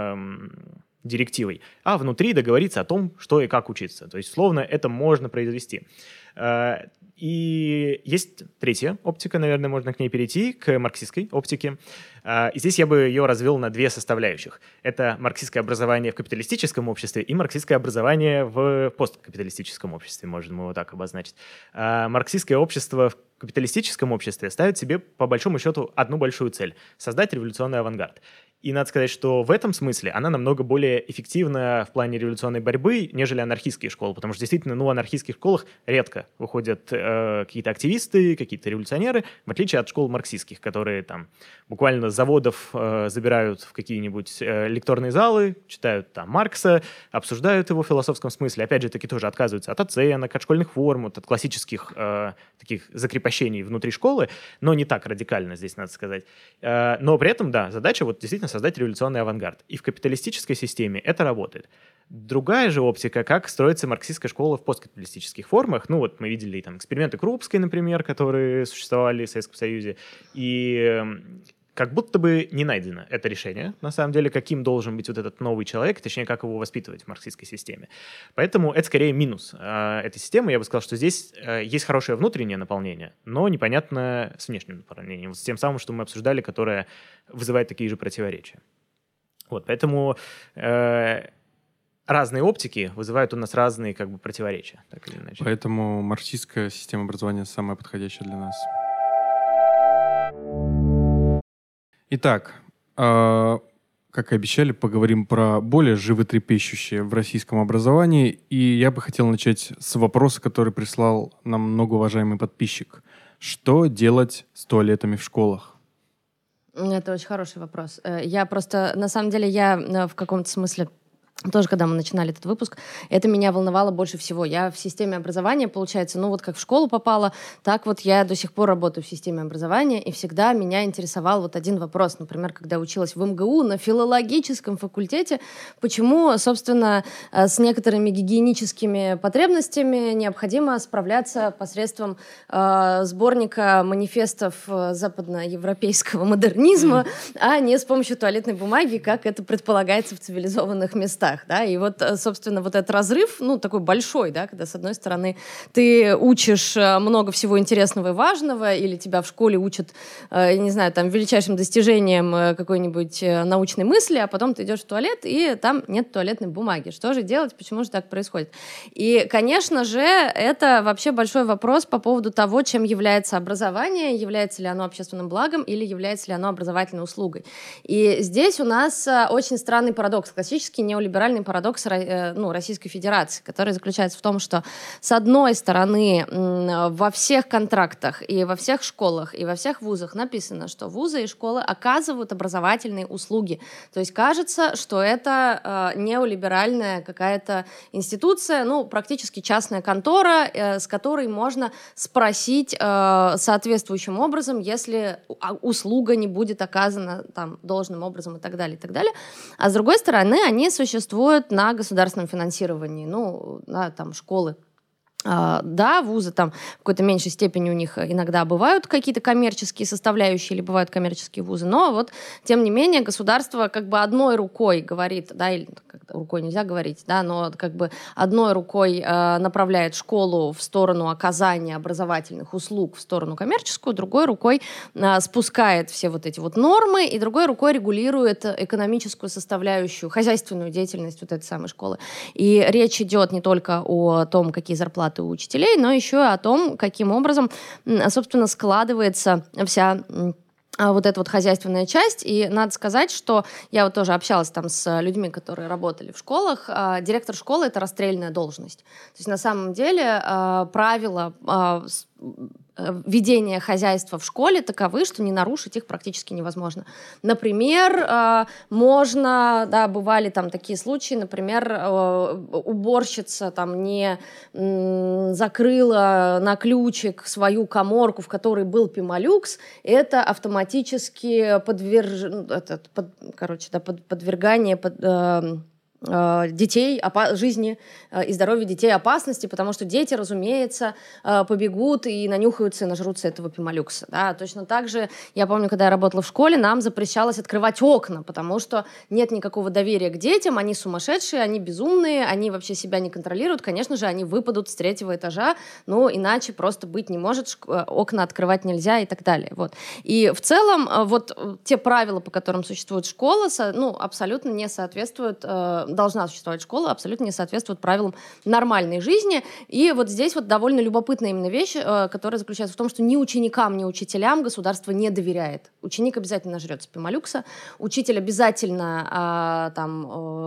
э, директивой, а внутри договориться о том, что и как учиться. То есть, словно, это можно произвести. И есть третья оптика, наверное, можно к ней перейти, к марксистской оптике. И здесь я бы ее развел на две составляющих. Это марксистское образование в капиталистическом обществе и марксистское образование в посткапиталистическом обществе, можно его так обозначить. Марксистское общество в капиталистическом обществе ставит себе, по большому счету, одну большую цель — создать революционный авангард. И надо сказать, что в этом смысле она намного более эффективна в плане революционной борьбы, нежели анархистские школы, потому что действительно, ну, в анархистских школах редко выходят э, какие-то активисты, какие-то революционеры, в отличие от школ марксистских, которые там буквально с заводов э, забирают в какие-нибудь э, лекторные залы, читают там Маркса, обсуждают его в философском смысле, опять же таки тоже отказываются от оценок, от школьных форм, от классических э, таких закрепощений внутри школы, но не так радикально здесь, надо сказать. Э, но при этом, да, задача вот действительно создать революционный авангард. И в капиталистической системе это работает. Другая же оптика, как строится марксистская школа в посткапиталистических формах. Ну вот мы видели там эксперименты Крупской, например, которые существовали в Советском Союзе. И как будто бы не найдено это решение, на самом деле, каким должен быть вот этот новый человек, точнее, как его воспитывать в марксистской системе. Поэтому это скорее минус э, этой системы. Я бы сказал, что здесь э, есть хорошее внутреннее наполнение, но непонятно с внешним наполнением, вот с тем самым, что мы обсуждали, которое вызывает такие же противоречия. Вот, поэтому э, разные оптики вызывают у нас разные как бы противоречия, так или иначе. Поэтому марксистская система образования самая подходящая для нас. Итак, э, как и обещали, поговорим про более животрепещущее в российском образовании. И я бы хотел начать с вопроса, который прислал нам многоуважаемый подписчик. Что делать с туалетами в школах? Это очень хороший вопрос. Я просто, на самом деле, я в каком-то смысле... Тоже, когда мы начинали этот выпуск, это меня волновало больше всего. Я в системе образования, получается, ну вот как в школу попала, так вот я до сих пор работаю в системе образования, и всегда меня интересовал вот один вопрос. Например, когда училась в эм гэ у на филологическом факультете, почему, собственно, с некоторыми гигиеническими потребностями необходимо справляться посредством э, сборника манифестов западноевропейского модернизма, mm. а не с помощью туалетной бумаги, как это предполагается в цивилизованных местах. местах, да, и вот, собственно, вот этот разрыв, ну, такой большой, да, когда, с одной стороны, ты учишь много всего интересного и важного, или тебя в школе учат, не знаю, там, величайшим достижением какой-нибудь научной мысли, а потом ты идешь в туалет, и там нет туалетной бумаги. Что же делать, почему же так происходит? И, конечно же, это вообще большой вопрос по поводу того, чем является образование, является ли оно общественным благом или является ли оно образовательной услугой. И здесь у нас очень странный парадокс, классический неолиберальный парадокс ну, Российской Федерации, который заключается в том, что с одной стороны во всех контрактах и во всех школах и во всех вузах написано, что вузы и школы оказывают образовательные услуги. То есть кажется, что это неолиберальная какая-то институция, ну, практически частная контора, с которой можно спросить соответствующим образом, если услуга не будет оказана там должным образом и так далее, и так далее. А с другой стороны, они существуют на государственном финансировании, ну, на там школы. Uh, да, вузы там в какой-то меньшей степени у них иногда бывают какие-то коммерческие составляющие или бывают коммерческие вузы, но вот, тем не менее, государство как бы одной рукой говорит, да, или рукой нельзя говорить, да, но как бы одной рукой uh, направляет школу в сторону оказания образовательных услуг, в сторону коммерческую, другой рукой uh, спускает все вот эти вот нормы и другой рукой регулирует экономическую составляющую, хозяйственную деятельность вот этой самой школы. И речь идет не только о том, какие зарплаты у учителей, но еще и о том, каким образом, собственно, складывается вся вот эта вот хозяйственная часть. И надо сказать, что я вот тоже общалась там с людьми, которые работали в школах. Директор школы — это расстрельная должность. То есть на самом деле правила ведения хозяйства в школе таковы, что не нарушить их практически невозможно. Например, можно, да, бывали там такие случаи, например, уборщица там не закрыла на ключик свою каморку, в которой был пемолюкс, это автоматически подверж... этот, под... короче, да, под... подвергание под... детей, опа- жизни и здоровью детей опасности, потому что дети, разумеется, побегут и нанюхаются и нажрутся этого пемолюкса. Да? Точно так же, я помню, когда я работала в школе, нам запрещалось открывать окна, потому что нет никакого доверия к детям, они сумасшедшие, они безумные, они вообще себя не контролируют, конечно же, они выпадут с третьего этажа, ну, иначе просто быть не может, окна открывать нельзя и так далее. Вот. И в целом, вот те правила, по которым существует школа, ну, абсолютно не соответствуют должна существовать школа, абсолютно не соответствует правилам нормальной жизни. И вот здесь вот довольно любопытная именно вещь, которая заключается в том, что ни ученикам, ни учителям государство не доверяет. Ученик обязательно нажрется пемолюкса, учитель обязательно а, там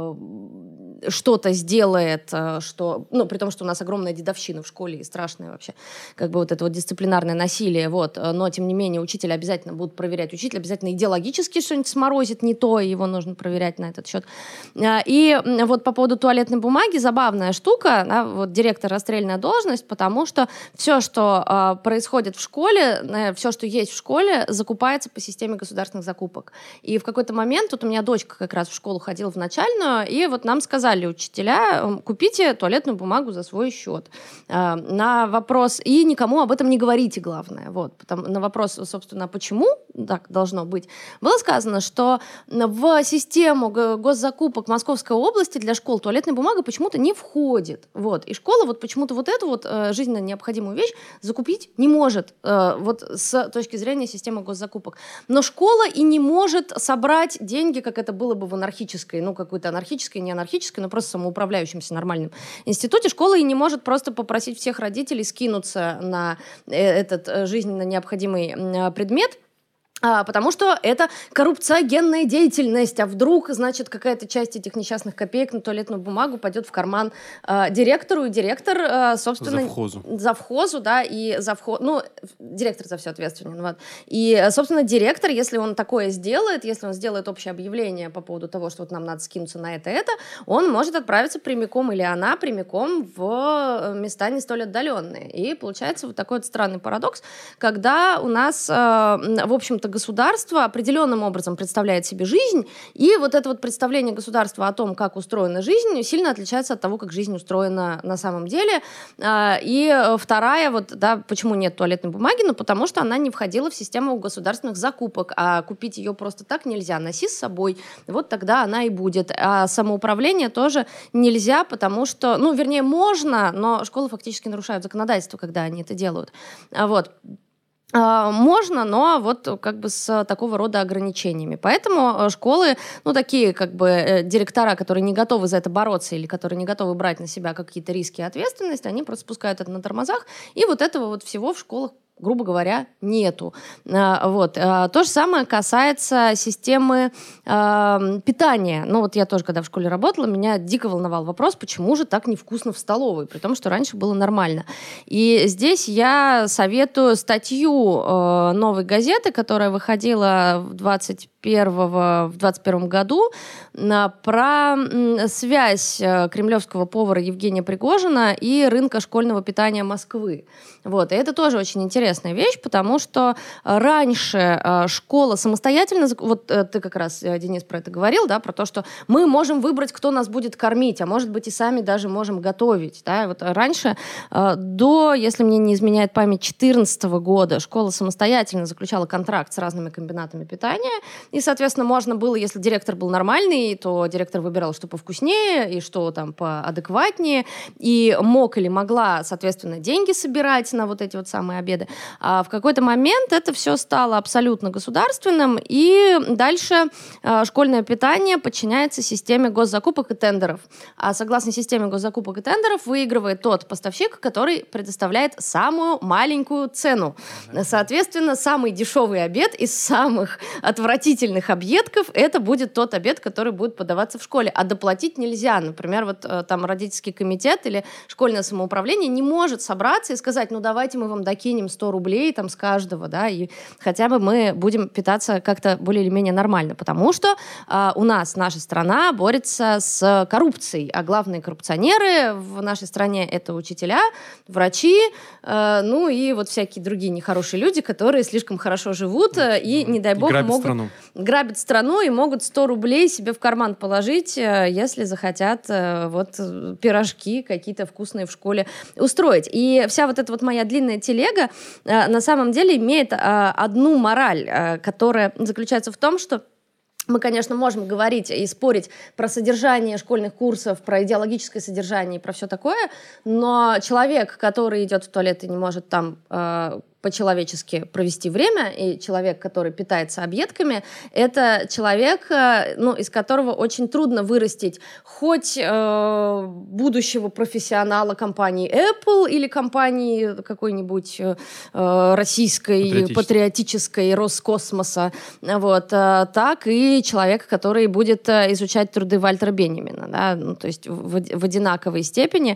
а, что-то сделает, а, что, ну, при том, что у нас огромная дедовщина в школе и страшное вообще, как бы вот это вот дисциплинарное насилие, вот, но тем не менее учителя обязательно будут проверять, учитель обязательно идеологически что-нибудь сморозит не то, и его нужно проверять на этот счет. И вот по поводу туалетной бумаги забавная штука, да, вот директор — расстрельная должность, потому что все, что э, происходит в школе, э, все, что есть в школе, закупается по системе государственных закупок. И в какой-то момент, вот у меня дочка как раз в школу ходила в начальную, и вот нам сказали учителя: купите туалетную бумагу за свой счет. Э, на вопрос, и никому об этом не говорите, главное. Вот, потому, на вопрос, собственно, почему так должно быть, было сказано, что в систему госзакупок Московской области для школ туалетная бумага почему-то не входит. Вот. И школа вот почему-то вот эту вот э, жизненно необходимую вещь закупить не может э, вот с точки зрения системы госзакупок. Но школа и не может собрать деньги, как это было бы в анархической, ну, какой-то анархической, не анархической, но просто самоуправляющемся нормальном институте. Школа и не может просто попросить всех родителей скинуться на э, этот э, жизненно необходимый э, предмет, А, потому что это коррупциогенная деятельность, а вдруг, значит, какая-то часть этих несчастных копеек на туалетную бумагу пойдет в карман э, директору, и директор, э, собственно... Завхозу. Завхозу, да, и завхоз... Ну, директор за все ответственен, вот. И, собственно, директор, если он такое сделает, если он сделает общее объявление по поводу того, что вот нам надо скинуться на это, это, он может отправиться прямиком, или она прямиком в места не столь отдаленные. И получается вот такой вот странный парадокс, когда у нас, э, в общем-то, государство определенным образом представляет себе жизнь, и вот это вот представление государства о том, как устроена жизнь, сильно отличается от того, как жизнь устроена на самом деле. И вторая, вот, да, почему нет туалетной бумаги? Ну, потому что она не входила в систему государственных закупок, а купить ее просто так нельзя. Носи с собой, вот тогда она и будет. А самоуправление тоже нельзя, потому что, ну, вернее, можно, но школы фактически нарушают законодательство, когда они это делают. Вот. Можно, но вот как бы с такого рода ограничениями. Поэтому школы, ну, такие как бы директора, которые не готовы за это бороться или которые не готовы брать на себя какие-то риски и ответственность, они просто спускают это на тормозах, и вот этого вот всего в школах, грубо говоря, нету. Вот. То же самое касается системы э, питания. Ну вот я тоже, когда в школе работала, меня дико волновал вопрос, почему же так невкусно в столовой, при том, что раньше было нормально. И здесь я советую статью э, «Новой газеты», которая выходила в двадцать первого, в двадцать первом году, про связь кремлевского повара Евгения Пригожина и рынка школьного питания Москвы. Вот. И это тоже очень интересная вещь, потому что раньше школа самостоятельно... Вот ты как раз, Денис, про это говорил, да, про то, что мы можем выбрать, кто нас будет кормить, а может быть и сами даже можем готовить. Да. Вот раньше, до, если мне не изменяет память, две тысячи четырнадцатого года школа самостоятельно заключала контракт с разными комбинатами питания. И, соответственно, можно было, если директор был нормальный, то директор выбирал, что повкуснее и что там поадекватнее, и мог или могла, соответственно, деньги собирать на вот эти вот самые обеды. А в какой-то момент это все стало абсолютно государственным, и дальше школьное питание подчиняется системе госзакупок и тендеров. А согласно системе госзакупок и тендеров выигрывает тот поставщик, который предоставляет самую маленькую цену. Соответственно, самый дешевый обед из самых отвратительных объедков, это будет тот обед, который будет подаваться в школе. А доплатить нельзя. Например, вот там родительский комитет или школьное самоуправление не может собраться и сказать, ну давайте мы вам докинем сто рублей там с каждого, да, и хотя бы мы будем питаться как-то более или менее нормально, потому что э, у нас наша страна борется с коррупцией, а главные коррупционеры в нашей стране это учителя, врачи, э, ну и вот всякие другие нехорошие люди, которые слишком хорошо живут э, и, не дай бог, могут... Страну. грабят страну и могут сто рублей себе в карман положить, если захотят вот пирожки какие-то вкусные в школе устроить. И вся вот эта вот моя длинная телега на самом деле имеет одну мораль, которая заключается в том, что мы, конечно, можем говорить и спорить про содержание школьных курсов, про идеологическое содержание и про все такое, но человек, который идет в туалет и не может там э, по-человечески провести время, и человек, который питается объедками, это человек, ну, из которого очень трудно вырастить хоть э, будущего профессионала компании Apple или компании какой-нибудь э, российской, патриотической Роскосмоса, вот, э, так и человека, который будет изучать труды Вальтера Бенjamina, да, ну, то есть в, в одинаковой степени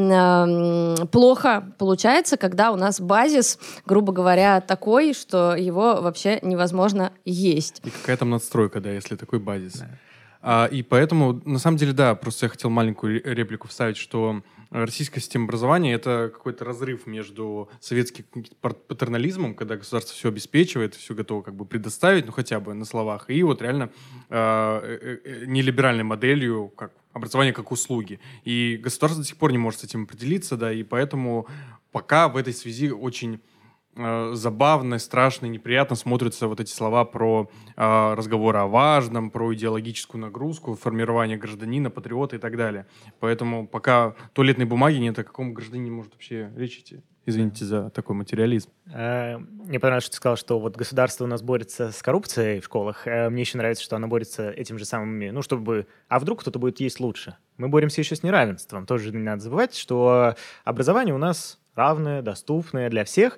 э, плохо получается, когда у нас базис, грубо говоря, такой, что его вообще невозможно есть. И какая там надстройка, да, если такой базис. Да. А, и поэтому, на самом деле, да, просто я хотел маленькую реплику вставить, что российская система образования — это какой-то разрыв между советским патернализмом, когда государство все обеспечивает, все готово как бы предоставить, ну хотя бы на словах, и вот реально э, э, нелиберальной моделью, как образование как услуги. И государство до сих пор не может с этим определиться, да, и поэтому пока в этой связи очень забавно, страшно, неприятно смотрятся вот эти слова про э, разговоры о важном, про идеологическую нагрузку, формирование гражданина, патриота и так далее. Поэтому пока туалетной бумаги нет, о каком гражданине может вообще речь идти. Извините за такой материализм. Мне понравилось, что ты сказал, что вот государство у нас борется с коррупцией в школах. Мне еще нравится, что оно борется этим же самым, ну, чтобы... А вдруг кто-то будет есть лучше? Мы боремся еще с неравенством. Тоже не надо забывать, что образование у нас равное, доступное для всех.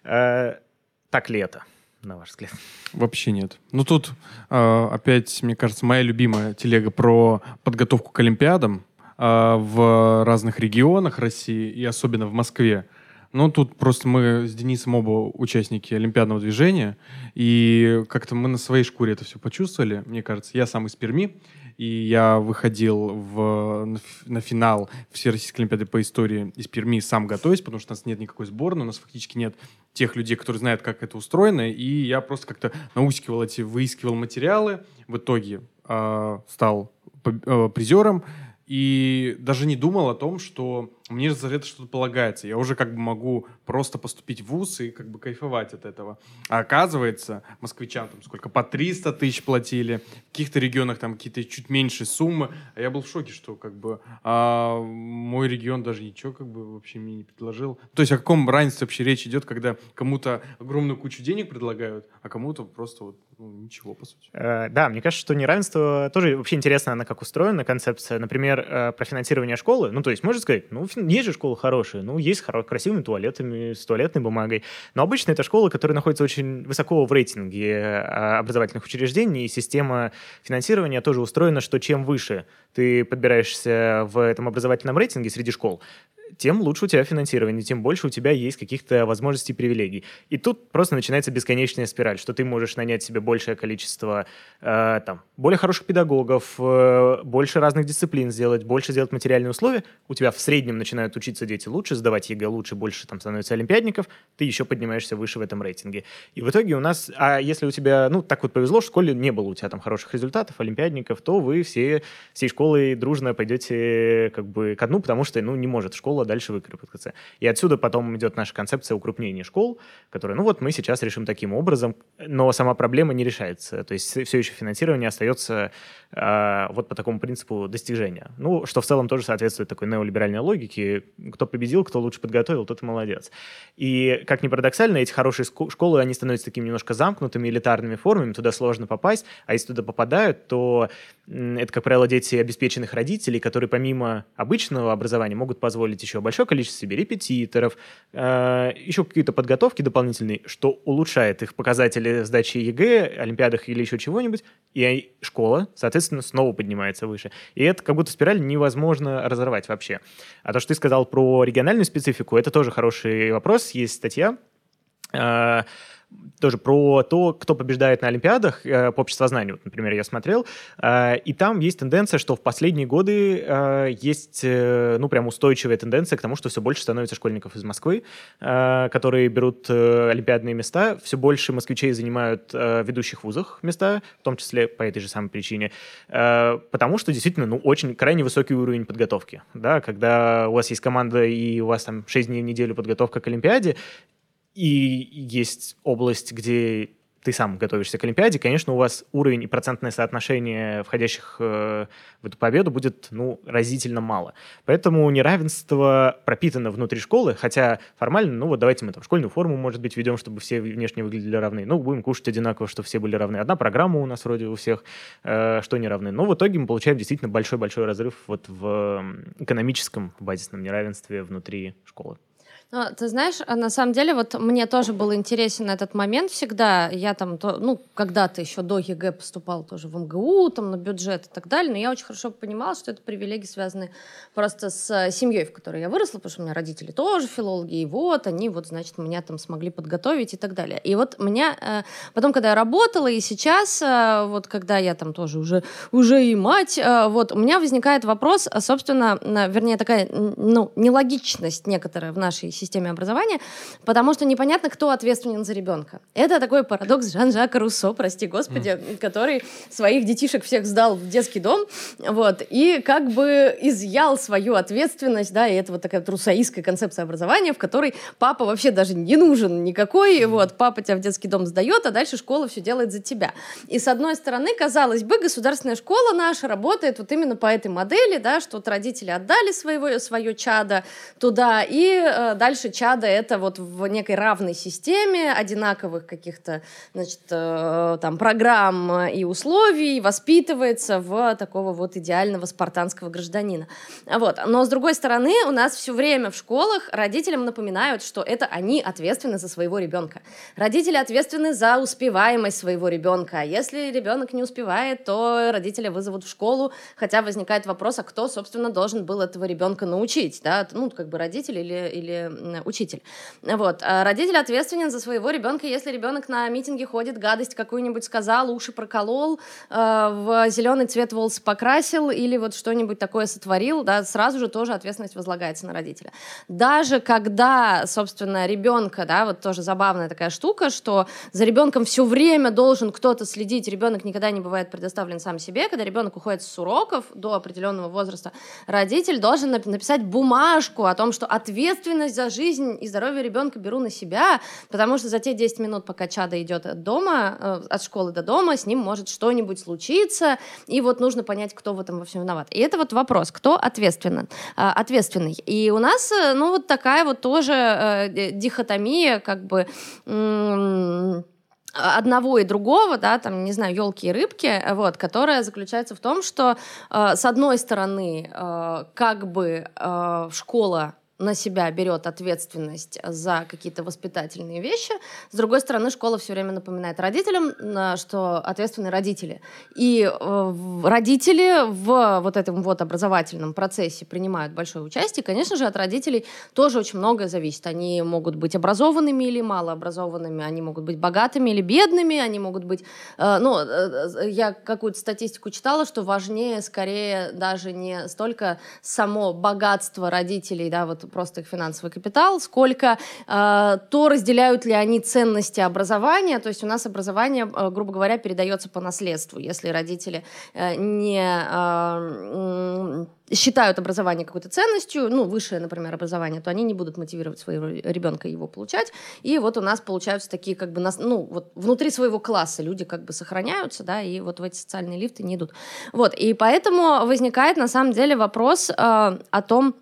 Так ли это, на ваш взгляд? Вообще нет. Ну, тут э, опять, мне кажется, моя любимая телега про подготовку к Олимпиадам э, в разных регионах России и особенно в Москве. Ну, тут просто мы с Денисом оба участники олимпиадного движения, и как-то мы на своей шкуре это все почувствовали. Мне кажется, я сам из Перми, и я выходил в, на, на финал Всероссийской олимпиады по истории из Перми, сам готовясь, потому что у нас нет никакой сборной, у нас фактически нет тех людей, которые знают, как это устроено, и я просто как-то наускивал эти, выискивал материалы, в итоге э, стал э, призером, и даже не думал о том, что мне за это что-то полагается. Я уже как бы могу просто поступить в вуз и как бы кайфовать от этого. А оказывается, москвичам там сколько, по триста тысяч платили, в каких-то регионах там какие-то чуть меньше суммы. А я был в шоке, что как бы а, мой регион даже ничего как бы вообще мне не предложил. То есть о каком равенстве вообще речь идет, когда кому-то огромную кучу денег предлагают, а кому-то просто вот, ну, ничего, по сути. Э, да, мне кажется, что неравенство тоже вообще интересно, она как устроена, концепция. Например, э, про финансирование школы. Ну, то есть можно сказать, ну, есть же школы хорошие, ну, есть хоро- красивыми туалетами, с туалетной бумагой. Но обычно это школы, которые находятся очень высоко в рейтинге э, образовательных учреждений, и система финансирования тоже устроена, что чем выше ты подбираешься в этом образовательном рейтинге среди школ, тем лучше у тебя финансирование, тем больше у тебя есть каких-то возможностей и привилегий. И тут просто начинается бесконечная спираль, что ты можешь нанять себе большее количество, э, там, более хороших педагогов, э, больше разных дисциплин сделать, больше сделать материальные условия. У тебя в среднем начинают учиться дети лучше, сдавать ЕГЭ лучше, больше там становится олимпиадников, ты еще поднимаешься выше в этом рейтинге. И в итоге у нас, а если у тебя, ну, так вот повезло, в школе не было у тебя там хороших результатов, олимпиадников, то вы все, всей школой дружно пойдете как бы ко дну, потому что, ну, не может школа дальше выкарабкаться. И отсюда потом идет наша концепция укрупнения школ, которая, ну вот мы сейчас решим таким образом, но сама проблема не решается. То есть все еще финансирование остается э, вот по такому принципу достижения. Ну, что в целом тоже соответствует такой неолиберальной логике. Кто победил, кто лучше подготовил, тот и молодец. И, как ни парадоксально, эти хорошие школы, они становятся такими немножко замкнутыми, элитарными формами, туда сложно попасть, а если туда попадают, то это, как правило, дети обеспеченных родителей, которые помимо обычного образования могут позволить еще большое количество себе репетиторов, э, еще какие-то подготовки дополнительные, что улучшает их показатели сдачи ЕГЭ, олимпиадах или еще чего-нибудь, и школа, соответственно, снова поднимается выше. И это как будто спираль невозможно разорвать вообще. А то, что ты сказал про региональную специфику, это тоже хороший вопрос. Есть статья, э, тоже про то, кто побеждает на Олимпиадах э, по обществознанию. Вот, например, я смотрел, э, и там есть тенденция, что в последние годы э, есть, э, ну, прям устойчивая тенденция к тому, что все больше становится школьников из Москвы, э, которые берут э, олимпиадные места, все больше москвичей занимают э, в ведущих вузах места, в том числе по этой же самой причине, э, потому что действительно, ну, очень крайне высокий уровень подготовки, да, когда у вас есть команда и у вас там шесть дней в неделю подготовка к Олимпиаде, и есть область, где ты сам готовишься к Олимпиаде, конечно, у вас уровень и процентное соотношение входящих э, в эту победу будет, ну, разительно мало. Поэтому неравенство пропитано внутри школы, хотя формально, ну, вот давайте мы там школьную форму, может быть, ведем, чтобы все внешне выглядели равны. Ну, будем кушать одинаково, чтобы все были равны. Одна программа у нас вроде у всех, э, что не равны. Но в итоге мы получаем действительно большой-большой разрыв вот в экономическом базисном неравенстве внутри школы. Ну, ты знаешь, на самом деле, вот мне тоже был интересен этот момент всегда. Я там, то, ну, когда-то еще до ЕГЭ поступала тоже в МГУ, там, на бюджет и так далее, но я очень хорошо понимала, что это привилегии, связанные просто с семьей, в которой я выросла, потому что у меня родители тоже филологи, и вот они, вот, значит, меня там смогли подготовить и так далее. И вот меня, потом, когда я работала, и сейчас, вот, когда я там тоже уже, уже и мать, вот, у меня возникает вопрос, собственно, вернее, такая, ну, нелогичность некоторая в нашей системе образования, потому что непонятно, кто ответственен за ребенка. Это такой парадокс Жан-Жака Руссо, прости господи, mm. который своих детишек всех сдал в детский дом, вот, и как бы изъял свою ответственность, да, и это вот такая руссоистская концепция образования, в которой папа вообще даже не нужен никакой, mm. вот, папа тебя в детский дом сдает, а дальше школа все делает за тебя. И с одной стороны, казалось бы, государственная школа наша работает вот именно по этой модели, да, что вот родители отдали своего, свое чадо туда, и э, дальше Дальше чадо — это вот в некой равной системе одинаковых каких-то, значит, э, там, программ и условий воспитывается в такого вот идеального спартанского гражданина. Вот. Но, с другой стороны, у нас все время в школах родителям напоминают, что это они ответственны за своего ребенка. Родители ответственны за успеваемость своего ребенка. А если ребенок не успевает, то родители вызовут в школу, хотя возникает вопрос, а кто, собственно, должен был этого ребенка научить, да? Ну, как бы родители или, или учитель. Вот. А родитель ответственен за своего ребенка, если ребенок на митинге ходит, гадость какую-нибудь сказал, уши проколол, в зеленый цвет волосы покрасил или вот что-нибудь такое сотворил, да, сразу же тоже ответственность возлагается на родителя. Даже когда, собственно, ребенка, да, вот тоже забавная такая штука, что за ребенком все время должен кто-то следить, ребенок никогда не бывает предоставлен сам себе, когда ребенок уходит с уроков до определенного возраста, родитель должен написать бумажку о том, что ответственность за жизнь и здоровье ребенка беру на себя, потому что за те десять минут, пока чадо идет от дома, э, от школы до дома, с ним может что-нибудь случиться, и вот нужно понять, кто в этом во всем виноват. И это вот вопрос, кто ответственен, э, ответственный. И у нас, э, ну, вот такая вот тоже э, дихотомия, как бы... М- одного и другого, да, там, не знаю, елки и рыбки, вот, которая заключается в том, что э, с одной стороны, э, как бы э, школа на себя берет ответственность за какие-то воспитательные вещи. С другой стороны, школа все время напоминает родителям, что ответственны родители. И родители в вот этом вот образовательном процессе принимают большое участие. Конечно же, от родителей тоже очень многое зависит. Они могут быть образованными или малообразованными, они могут быть богатыми или бедными, они могут быть... Ну, я какую-то статистику читала, что важнее скорее даже не столько само богатство родителей, да, вот просто их финансовый капитал, сколько э, то, разделяют ли они ценности образования. То есть у нас образование, э, грубо говоря, передается по наследству. Если родители э, не э, э, считают образование какой-то ценностью, ну, высшее, например, образование, то они не будут мотивировать своего ребенка его получать. И вот у нас получаются такие, как бы, нас, ну, вот внутри своего класса люди как бы сохраняются, да, и вот в эти социальные лифты не идут. Вот, и поэтому возникает, на самом деле, вопрос э, о том,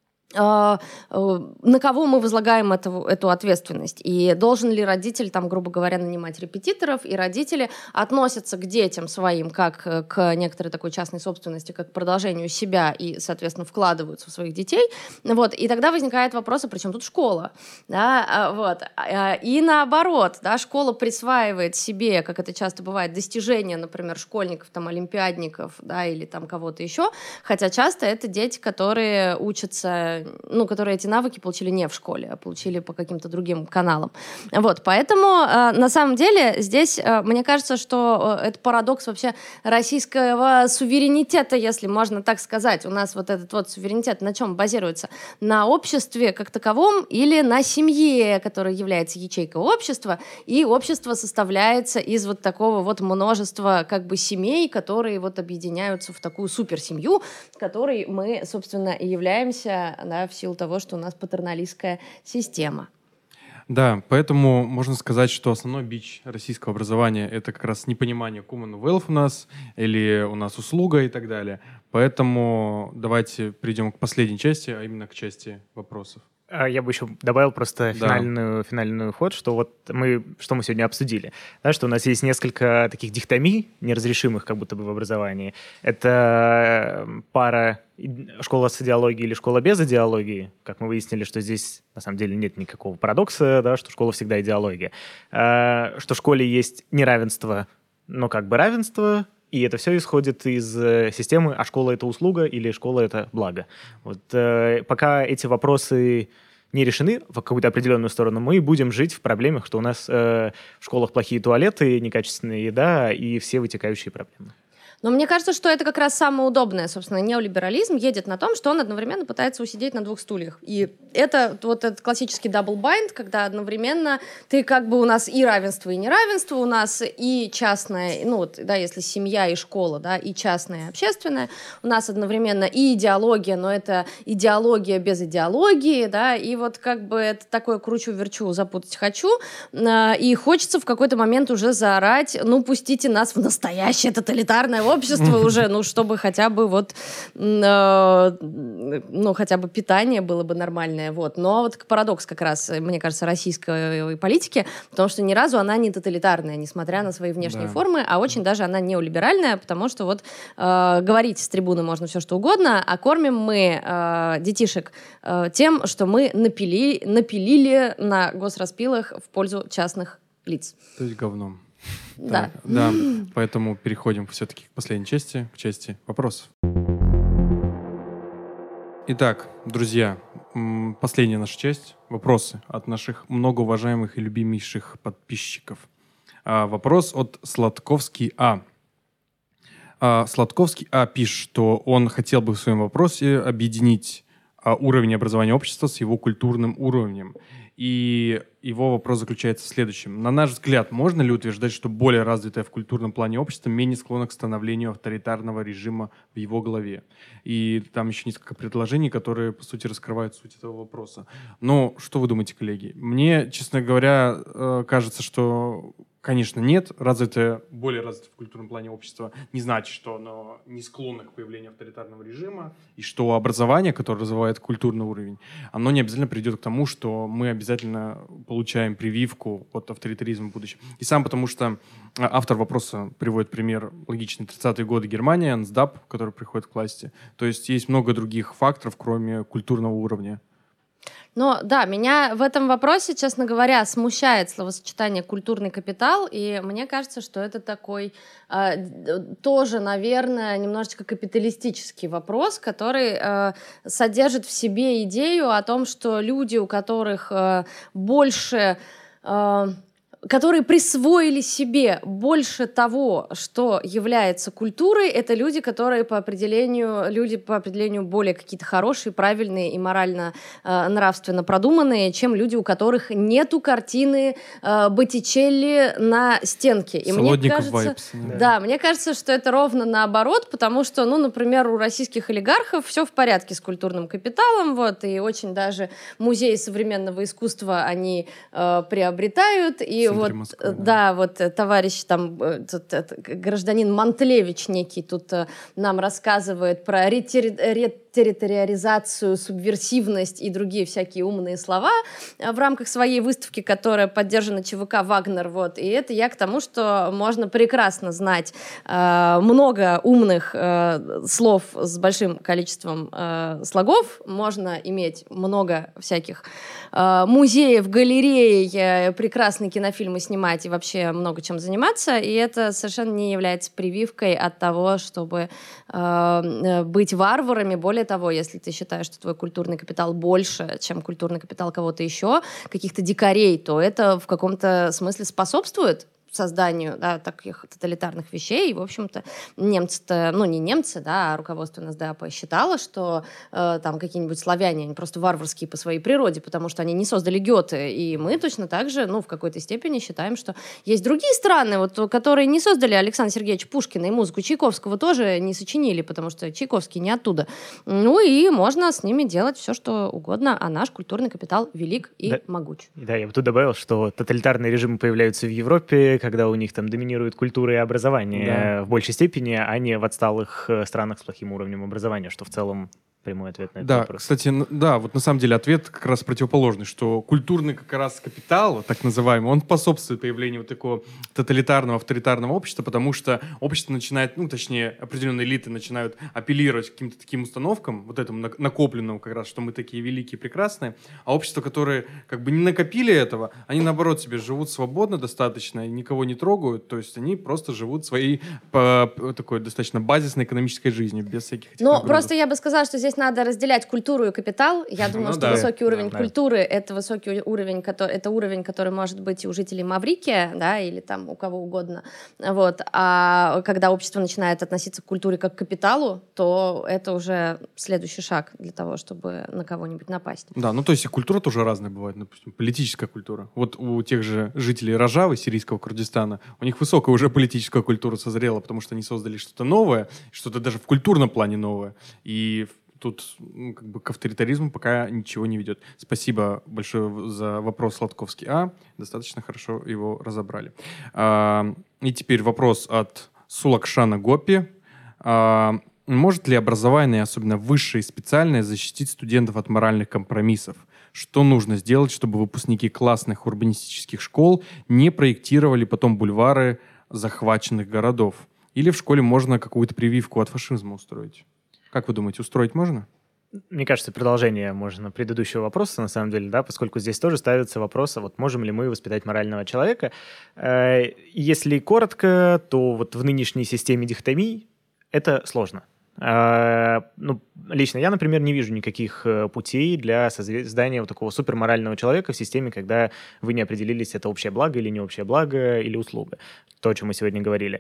на кого мы возлагаем эту, эту ответственность, и должен ли родитель, там, грубо говоря, нанимать репетиторов, и родители относятся к детям своим как к некоторой такой частной собственности, как к продолжению себя, и, соответственно, вкладываются в своих детей, вот, и тогда возникает вопрос, а при чем тут школа, да, вот, и наоборот, да, школа присваивает себе, как это часто бывает, достижения, например, школьников, там, олимпиадников, да, или там кого-то еще, хотя часто это дети, которые учатся, ну, которые эти навыки получили не в школе, а получили по каким-то другим каналам. Вот, поэтому, э, на самом деле, здесь, э, мне кажется, что э, это парадокс вообще российского суверенитета, если можно так сказать. У нас вот этот вот суверенитет на чем базируется? На обществе как таковом или на семье, которая является ячейкой общества, и общество составляется из вот такого вот множества как бы семей, которые вот объединяются в такую суперсемью, которой мы, собственно, и являемся, да, в силу того, что у нас патерналистская система. Да, поэтому можно сказать, что основной бич российского образования — это как раз непонимание Commonwealth у нас, или у нас услуга и так далее. Поэтому давайте перейдем к последней части, а именно к части вопросов. Я бы еще добавил просто да. финальную, финальную ход, что вот мы, что мы сегодня обсудили, да, что у нас есть несколько таких дихотомий, неразрешимых как будто бы в образовании. Это пара школа с идеологией или школа без идеологии. Как мы выяснили, что здесь на самом деле нет никакого парадокса, да, что школа всегда идеология. Что в школе есть неравенство, но как бы равенство. И это все исходит из э, системы, а школа — это услуга или школа — это благо. Вот, э, пока эти вопросы не решены в какую-то определенную сторону, мы будем жить в проблемах, что у нас э, в школах плохие туалеты, некачественная еда и все вытекающие проблемы. Но мне кажется, что это как раз самое удобное. Собственно, неолиберализм едет на том, что он одновременно пытается усидеть на двух стульях. И это вот этот классический дабл-байнд, когда одновременно ты как бы у нас и равенство, и неравенство, у нас и частное, ну вот, да, если семья и школа, да, и частное, и общественное, у нас одновременно и идеология, но это идеология без идеологии, да, и вот как бы это такое кручу-верчу, запутать хочу, и хочется в какой-то момент уже заорать, ну, пустите нас в настоящее тоталитарное общество уже, ну, чтобы хотя бы вот, э, ну, хотя бы питание было бы нормальное, вот. Но вот парадокс как раз, мне кажется, российской политики, потому что ни разу она не тоталитарная, несмотря на свои внешние да. формы, а очень даже она неолиберальная, потому что вот э, говорить с трибуны можно все что угодно, а кормим мы э, детишек э, тем, что мы напили, напилили на госраспилах в пользу частных лиц. То есть говном. Да. Так, да, поэтому переходим все-таки к последней части, к части вопросов. Итак, друзья, м, последняя наша часть. Вопросы от наших многоуважаемых и любимейших подписчиков. А, вопрос от Сладковский А. А. Сладковский А пишет, что он хотел бы в своем вопросе объединить а, уровень образования общества с его культурным уровнем. И его вопрос заключается в следующем. На наш взгляд, можно ли утверждать, что более развитое в культурном плане общество менее склонно к становлению авторитарного режима в его голове? И там еще несколько предложений, которые, по сути, раскрывают суть этого вопроса. Но что вы думаете, коллеги? Мне, честно говоря, кажется, что, конечно, нет. Развитое, более развитое в культурном плане общество не значит, что оно не склонно к появлению авторитарного режима, и что образование, которое развивает культурный уровень, оно не обязательно придет к тому, что мы обязательно получаем прививку от авторитаризма в будущем. И сам потому, что автор вопроса приводит пример логичный. тридцатые годы Германия, НСДАП, который приходит к власти. То есть есть много других факторов, кроме культурного уровня. Но да, меня в этом вопросе, честно говоря, смущает словосочетание «культурный капитал», и мне кажется, что это такой э, тоже, наверное, немножечко капиталистический вопрос, который э, содержит в себе идею о том, что люди, у которых э, больше... Э, которые присвоили себе больше того, что является культурой, это люди, которые по определению, люди по определению более какие-то хорошие, правильные и морально, э, нравственно продуманные, чем люди, у которых нету картины э, Боттичелли на стенке. И мне кажется, вайпс, да. да, мне кажется, что это ровно наоборот, потому что, ну, например, у российских олигархов все в порядке с культурным капиталом, вот, и очень даже музеи современного искусства они э, приобретают, и вот, Москвы, да. да, вот товарищ там, тут, гражданин Мантлевич некий тут нам рассказывает про ретерриториализацию, субверсивность и другие всякие умные слова в рамках своей выставки, которая поддержана ЧВК «Вагнер», вот, и это я к тому, что можно прекрасно знать э, много умных э, слов с большим количеством э, слогов, можно иметь много всяких э, музеев, галерей, э, прекрасные кинофильмы снимать и вообще много чем заниматься, и это совершенно не является прививкой от того, чтобы э, быть варварами. Более того, если ты считаешь, что твой культурный капитал больше, чем культурный капитал кого-то еще, каких-то дикарей, то это в каком-то смысле способствует созданию, да, таких тоталитарных вещей. И, в общем-то, немцы-то, ну, не немцы, да, а руководство НСДАП считало, что э, там какие-нибудь славяне, они просто варварские по своей природе, потому что они не создали Гёте. И мы точно так же, ну, в какой-то степени считаем, что есть другие страны, вот, которые не создали Александра Сергеевича Пушкина, и музыку Чайковского тоже не сочинили, потому что Чайковский не оттуда. Ну, и можно с ними делать все, что угодно, а наш культурный капитал велик и да, могуч. Да, я бы тут добавил, что тоталитарные режимы появляются в Европе, когда у них там доминирует культура и образование да. в большей степени, а не в отсталых странах с плохим уровнем образования, что в целом прямой ответ на этот да, вопрос. Кстати, да, вот на самом деле ответ как раз противоположный, что культурный как раз капитал, так называемый, он способствует появлению вот такого тоталитарного, авторитарного общества, потому что общество начинает, ну, точнее, определенные элиты начинают апеллировать к каким-то таким установкам, вот этому накопленному как раз, что мы такие великие, прекрасные, а общества, которые как бы не накопили этого, они, наоборот, себе живут свободно достаточно и никого не трогают, то есть они просто живут своей по, такой достаточно базисной экономической жизнью, без всяких этих Ну, нагрузок. просто я бы сказала, что здесь надо разделять культуру и капитал. Я думаю, ну, что да, высокий уровень да, культуры да. это высокий уровень, который, это уровень, который может быть и у жителей Маврикия, да, или там у кого угодно. Вот. А когда общество начинает относиться к культуре как к капиталу, то это уже следующий шаг для того, чтобы на кого-нибудь напасть. Да, ну то есть и культура тоже разная бывает, допустим, политическая культура. Вот у тех же жителей Рожавы, сирийского Курдистана, у них высокая уже политическая культура созрела, потому что они создали что-то новое, что-то даже в культурном плане новое. И тут ну, как бы к авторитаризму пока ничего не ведет. Спасибо большое за вопрос, Сладковский А. Достаточно хорошо его разобрали. А, и теперь вопрос от Сулакшана Гопи. А, может ли образование, особенно высшее и специальное, защитить студентов от моральных компромиссов? Что нужно сделать, чтобы выпускники классных урбанистических школ не проектировали потом бульвары захваченных городов? Или в школе можно какую-то прививку от фашизма устроить? Как вы думаете, устроить можно? Мне кажется, продолжение можно предыдущего вопроса, на самом деле, да, поскольку здесь тоже ставится вопрос, а вот можем ли мы воспитать морального человека. Если коротко, то вот в нынешней системе дихотомий это сложно. Ну, лично я, например, не вижу никаких путей для создания вот такого суперморального человека в системе, когда вы не определились, это общее благо или не общее благо, или услуга. То, о чем мы сегодня говорили.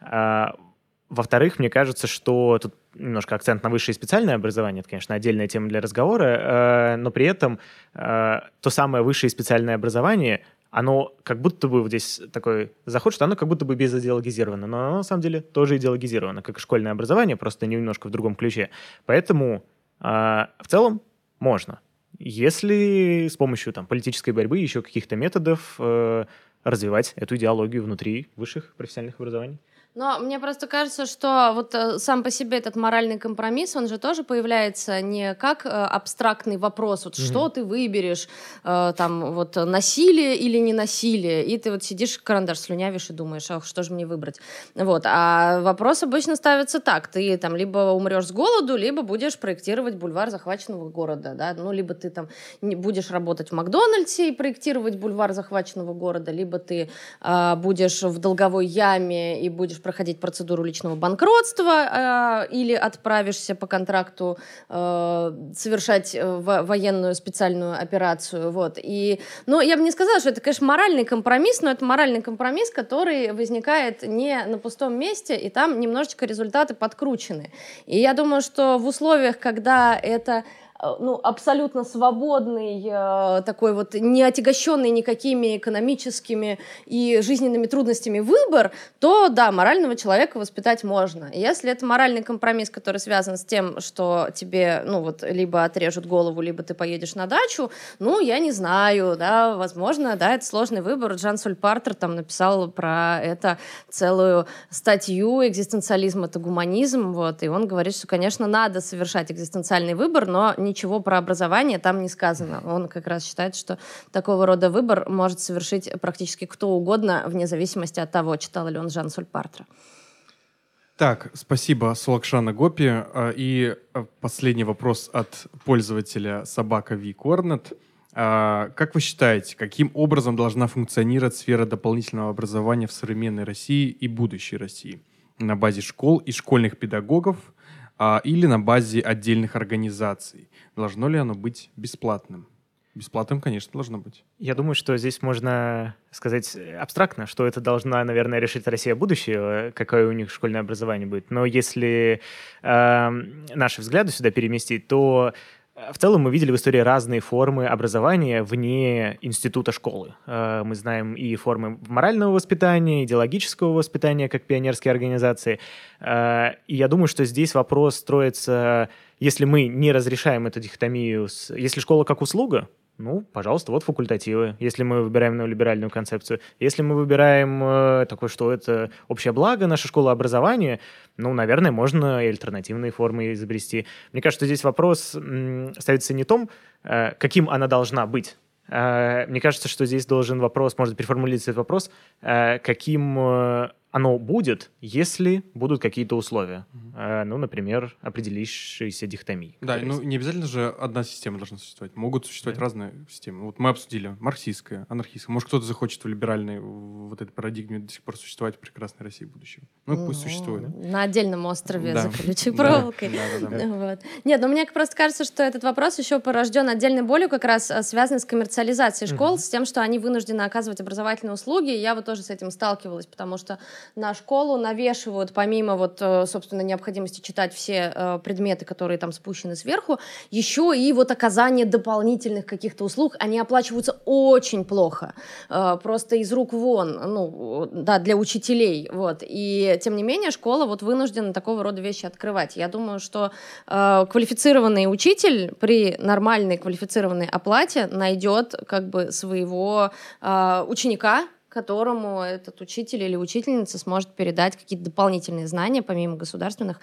Во-вторых, мне кажется, что тут немножко акцент на высшее и специальное образование. Это, конечно, отдельная тема для разговора, но при этом то самое высшее и специальное образование, оно как будто бы вот здесь такой заход, что оно как будто бы безидеологизировано, но оно на самом деле тоже идеологизировано, как и школьное образование, просто немножко в другом ключе. Поэтому в целом можно, если с помощью там, политической борьбы, еще каких-то методов развивать эту идеологию внутри высших профессиональных образований. Но мне просто кажется, что вот э, сам по себе этот моральный компромисс, он же тоже появляется не как э, абстрактный вопрос, вот mm-hmm. что ты выберешь, э, там вот насилие или не насилие, и ты вот сидишь, карандаш слюнявишь и думаешь, ах, что же мне выбрать. Вот. А вопрос обычно ставится так, ты там либо умрешь с голоду, либо будешь проектировать бульвар захваченного города, да, ну, либо ты там не будешь работать в Макдональдсе и проектировать бульвар захваченного города, либо ты э, будешь в долговой яме и будешь проходить процедуру личного банкротства э, или отправишься по контракту э, совершать э, военную специальную операцию. Вот. И, ну, я бы не сказала, что это, конечно, моральный компромисс, но это моральный компромисс, который возникает не на пустом месте, и там немножечко результаты подкручены. И я думаю, что в условиях, когда это ну, абсолютно свободный, э, такой вот не отягощенный никакими экономическими и жизненными трудностями выбор, то, да, морального человека воспитать можно. И если это моральный компромисс, который связан с тем, что тебе, ну, вот, либо отрежут голову, либо ты поедешь на дачу, ну, я не знаю, да, возможно, да, это сложный выбор. Жан-Соль Партер там написал про это целую статью «Экзистенциализм — это гуманизм», вот, и он говорит, что, конечно, надо совершать экзистенциальный выбор, но ничего про образование там не сказано. Он как раз считает, что такого рода выбор может совершить практически кто угодно, вне зависимости от того, читал ли он Жан-Соль Партра. Так, спасибо, Сулакшана Гопи. И последний вопрос от пользователя собака ви корнет. Как вы считаете, каким образом должна функционировать сфера дополнительного образования в современной России и будущей России? На базе школ и школьных педагогов, а, или на базе отдельных организаций? Должно ли оно быть бесплатным? Бесплатным, конечно, должно быть. Я думаю, что здесь можно сказать абстрактно, что это должна, наверное, решить Россия будущего, какое у них школьное образование будет. Но если э, наши взгляды сюда переместить, то в целом мы видели в истории разные формы образования вне института школы. Мы знаем и формы морального воспитания, идеологического воспитания, как пионерские организации. И я думаю, что здесь вопрос строится, если мы не разрешаем эту дихотомию, с... если школа как услуга, ну, пожалуйста, вот факультативы, если мы выбираем неолиберальную концепцию. Если мы выбираем э, такое, что это общее благо, наша школа образования, ну, наверное, можно и альтернативные формы изобрести. Мне кажется, здесь вопрос м, ставится не в том, э, каким она должна быть. Э, мне кажется, что здесь должен вопрос, можно переформулировать этот вопрос, э, каким э, оно будет, если будут какие-то условия. Mm-hmm. Ну, например, определившиеся дихотомии. Да, ну не обязательно же одна система должна существовать. Могут существовать yeah. разные системы. Вот мы обсудили марксистская, анархистская. Может, кто-то захочет в либеральной вот этой парадигме до сих пор существовать в прекрасной России будущего. Ну, mm-hmm. пусть существует. На отдельном острове да. за колючей проволокой. Да. Да, да, да. Вот. Нет, но мне просто кажется, что этот вопрос еще порожден отдельной болью, как раз связанной с коммерциализацией школ, mm-hmm. с тем, что они вынуждены оказывать образовательные услуги. Я вот тоже с этим сталкивалась, потому что на школу навешивают, помимо вот, собственно, необходимости читать все э, предметы, которые там спущены сверху, еще и вот оказание дополнительных каких-то услуг. Они оплачиваются очень плохо, э, просто из рук вон, ну, да, для учителей, вот. И, тем не менее, школа вот вынуждена такого рода вещи открывать. Я думаю, что э, квалифицированный учитель при нормальной квалифицированной оплате найдет как бы своего э, ученика, которому этот учитель или учительница сможет передать какие-то дополнительные знания, помимо государственных,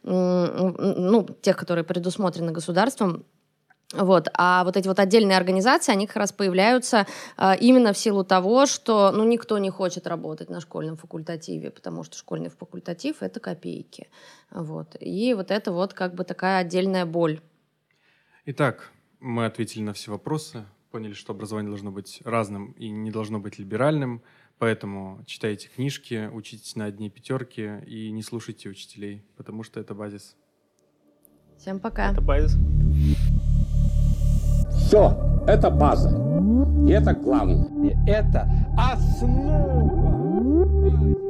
ну, тех, которые предусмотрены государством. Вот. А вот эти вот отдельные организации, они как раз появляются а, именно в силу того, что ну, никто не хочет работать на школьном факультативе, потому что школьный факультатив — это копейки. Вот. И вот это вот как бы такая отдельная боль. Итак, мы ответили на все вопросы. Поняли, что образование должно быть разным и не должно быть либеральным, поэтому читайте книжки, учитесь на одни пятерки и не слушайте учителей, потому что это базис. Всем пока. Это базис. Все, это база. И это главное. Это основа.